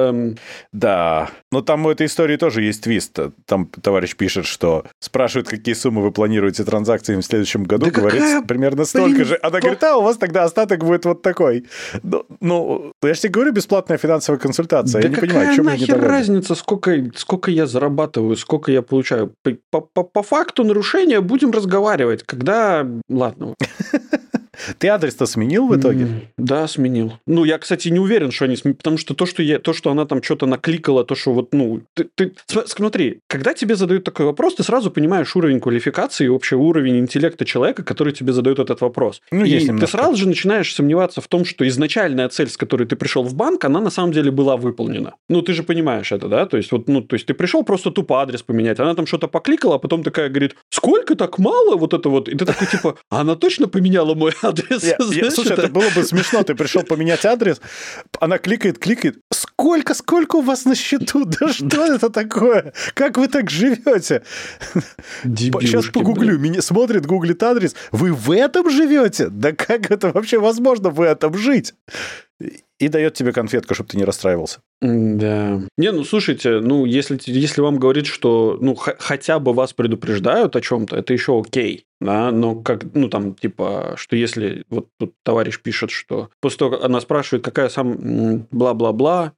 Да. Но там у этой истории тоже есть твист. Там товарищ пишет, что спрашивают, какие суммы вы планируете транзакциями в следующем году. Да говорит, примерно столько же. Она говорит, у вас тогда остаток будет вот такой. Ну, я же тебе говорю, бесплатная финансовая консультация. Да я не понимаю, что мне не нахер разница, сколько я зарабатываю, сколько я получаю. По факту нарушения будем разговаривать, когда... Ладно. Ты адрес-то сменил в итоге? Да, сменил. Ну, я, кстати, не уверен, что они сменили, потому что то, что она там что-то накликала, то, что вот, ну... Ты смотри, когда тебе задают такой вопрос, ты сразу понимаешь уровень квалификации и вообще уровень интеллекта человека, который тебе задает этот вопрос. Ну, и есть ты сразу же начинаешь сомневаться в том, что изначальная цель, с которой ты пришел в банк, она на самом деле была выполнена. Ну, ты же понимаешь это, да? То есть, вот, ну, то есть ты пришел просто тупо адрес поменять, она там что-то покликала, а потом такая говорит, сколько так мало вот это вот? И ты такой, типа, она точно поменяла мой адрес? Слушай, это было бы смешно. Ты пришел поменять адрес, она кликает. Сколько у вас на счету? Да что это такое? Как вы так живете? Сейчас погуглю. Меня смотрит, гуглит адрес. Вы в этом живете? Да как это вообще возможно в этом жить? И дает тебе конфетку, чтобы ты не расстраивался. Да. Не, ну, слушайте, ну, если вам говорить, что, ну, хотя бы вас предупреждают о чем-то, это еще окей, да, но как, ну, там, типа, что если, вот тут товарищ пишет, что после того, как она спрашивает, какая сам бла-бла-бла,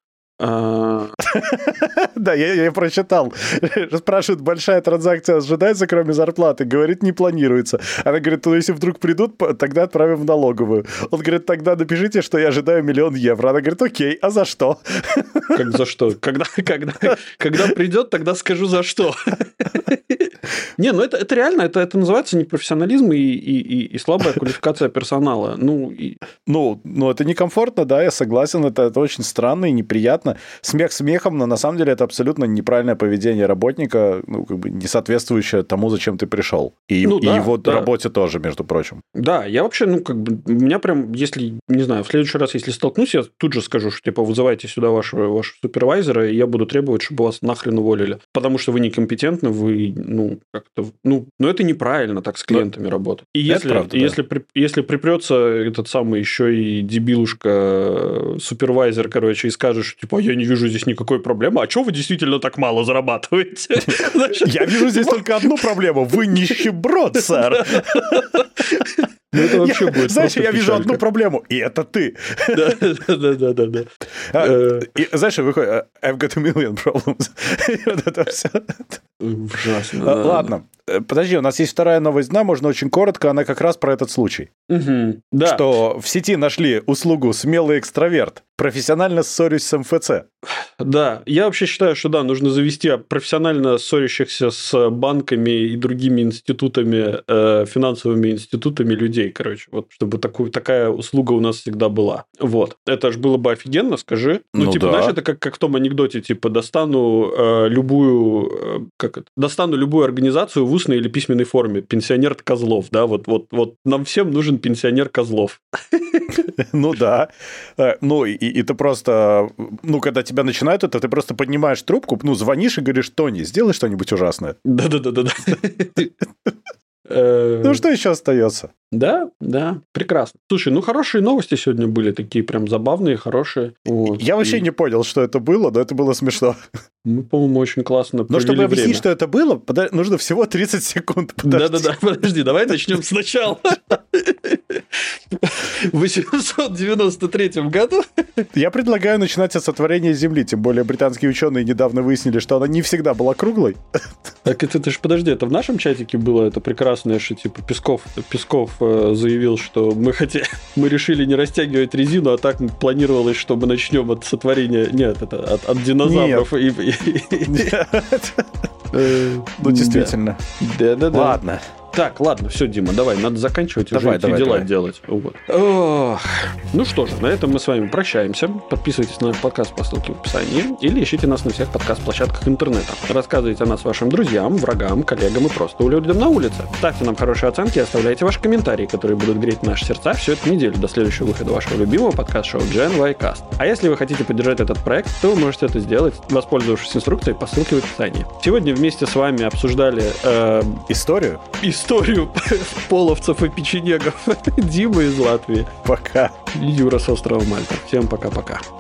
Да, я прочитал. Спрашивают, большая транзакция ожидается, кроме зарплаты? Говорит, не планируется. Она говорит, ну, если вдруг придут, тогда отправим в налоговую. Он говорит, тогда напишите, что я ожидаю 1 000 000 евро. Она говорит, окей, а за что? Как за что? Когда придет, тогда скажу за что. Не, ну это реально, это называется непрофессионализм и слабая квалификация персонала. Ну, это некомфортно, да, я согласен, это очень странно и неприятно. Смех смехом, но на самом деле это абсолютно неправильное поведение работника, ну, как бы не соответствующее тому, зачем ты пришел. И его работе тоже, между прочим. Да, я вообще, ну, как бы, у меня прям, если, не знаю, в следующий раз, если столкнусь, я тут же скажу, что, типа, вызывайте сюда вашего супервайзера, и я буду требовать, чтобы вас нахрен уволили. Потому что вы некомпетентны, вы, ну, как-то, ну, это неправильно так с клиентами работать. И если припрется этот самый еще и дебилушка супервайзер, короче, и скажет, что, типа, я не вижу здесь никакой проблемы, а что вы действительно так мало зарабатываете? Я вижу здесь только одну проблему. Вы нищеброд, сэр. Ну, это вообще будет. Знаешь, я вижу одну проблему, и это ты. Да. Знаешь, выходит, I've got a million problems. Вот это все. Ужасно. Ладно, подожди, у нас есть вторая новость дня, можно очень коротко, она как раз про этот случай. Да. Что в сети нашли услугу «Смелый экстраверт». Профессионально ссорюсь с МФЦ. Да, я вообще считаю, что да, нужно завести профессионально ссорящихся с банками и другими институтами, финансовыми институтами людей, короче, вот, чтобы такая услуга у нас всегда была. Вот. Это ж было бы офигенно, скажи. Ну, типа, да. Знаешь, это как в том анекдоте, типа, достану любую организацию в устной или письменной форме. Пенсионер Козлов, да, вот нам всем нужен пенсионер Козлов. Ну да. Ну, и ты просто, ну, когда тебя начинают это, ты просто поднимаешь трубку, ну, звонишь и говоришь, Тони, сделай что-нибудь ужасное. Да. Ну, что еще остается? Да, прекрасно. Слушай, хорошие новости сегодня были, такие прям забавные, хорошие. Вот. Я вообще не понял, что это было, но это было смешно. Мы, по-моему, очень классно провели время. Но чтобы объяснить, что это было, нужно всего 30 секунд. Да-да-да, подожди, давай начнем сначала. В 893 году... Я предлагаю начинать от сотворения Земли, тем более британские ученые недавно выяснили, что она не всегда была круглой. Так это ж, подожди, это в нашем чатике было это прекрасное, что типа Песков заявил, что мы решили не растягивать резину, а так планировалось, что мы начнем от сотворения... Нет, это от динозавров. Ну, действительно. Да. Ладно. Так, ладно, все, Дима, давай, надо заканчивать уже эти дела делать. Вот. Ну что же, на этом мы с вами прощаемся. Подписывайтесь на наш подкаст по ссылке в описании или ищите нас на всех подкаст-площадках интернета. Рассказывайте о нас вашим друзьям, врагам, коллегам и просто людям на улице. Ставьте нам хорошие оценки и оставляйте ваши комментарии, которые будут греть наши сердца всю эту неделю до следующего выхода вашего любимого подкаст-шоу Gen Y Cast. А если вы хотите поддержать этот проект, то вы можете это сделать, воспользовавшись инструкцией по ссылке в описании. Сегодня вместе с вами обсуждали... Историю половцев и печенегов. Дима из Латвии. Пока. Юра с острова Мальта. Всем пока-пока.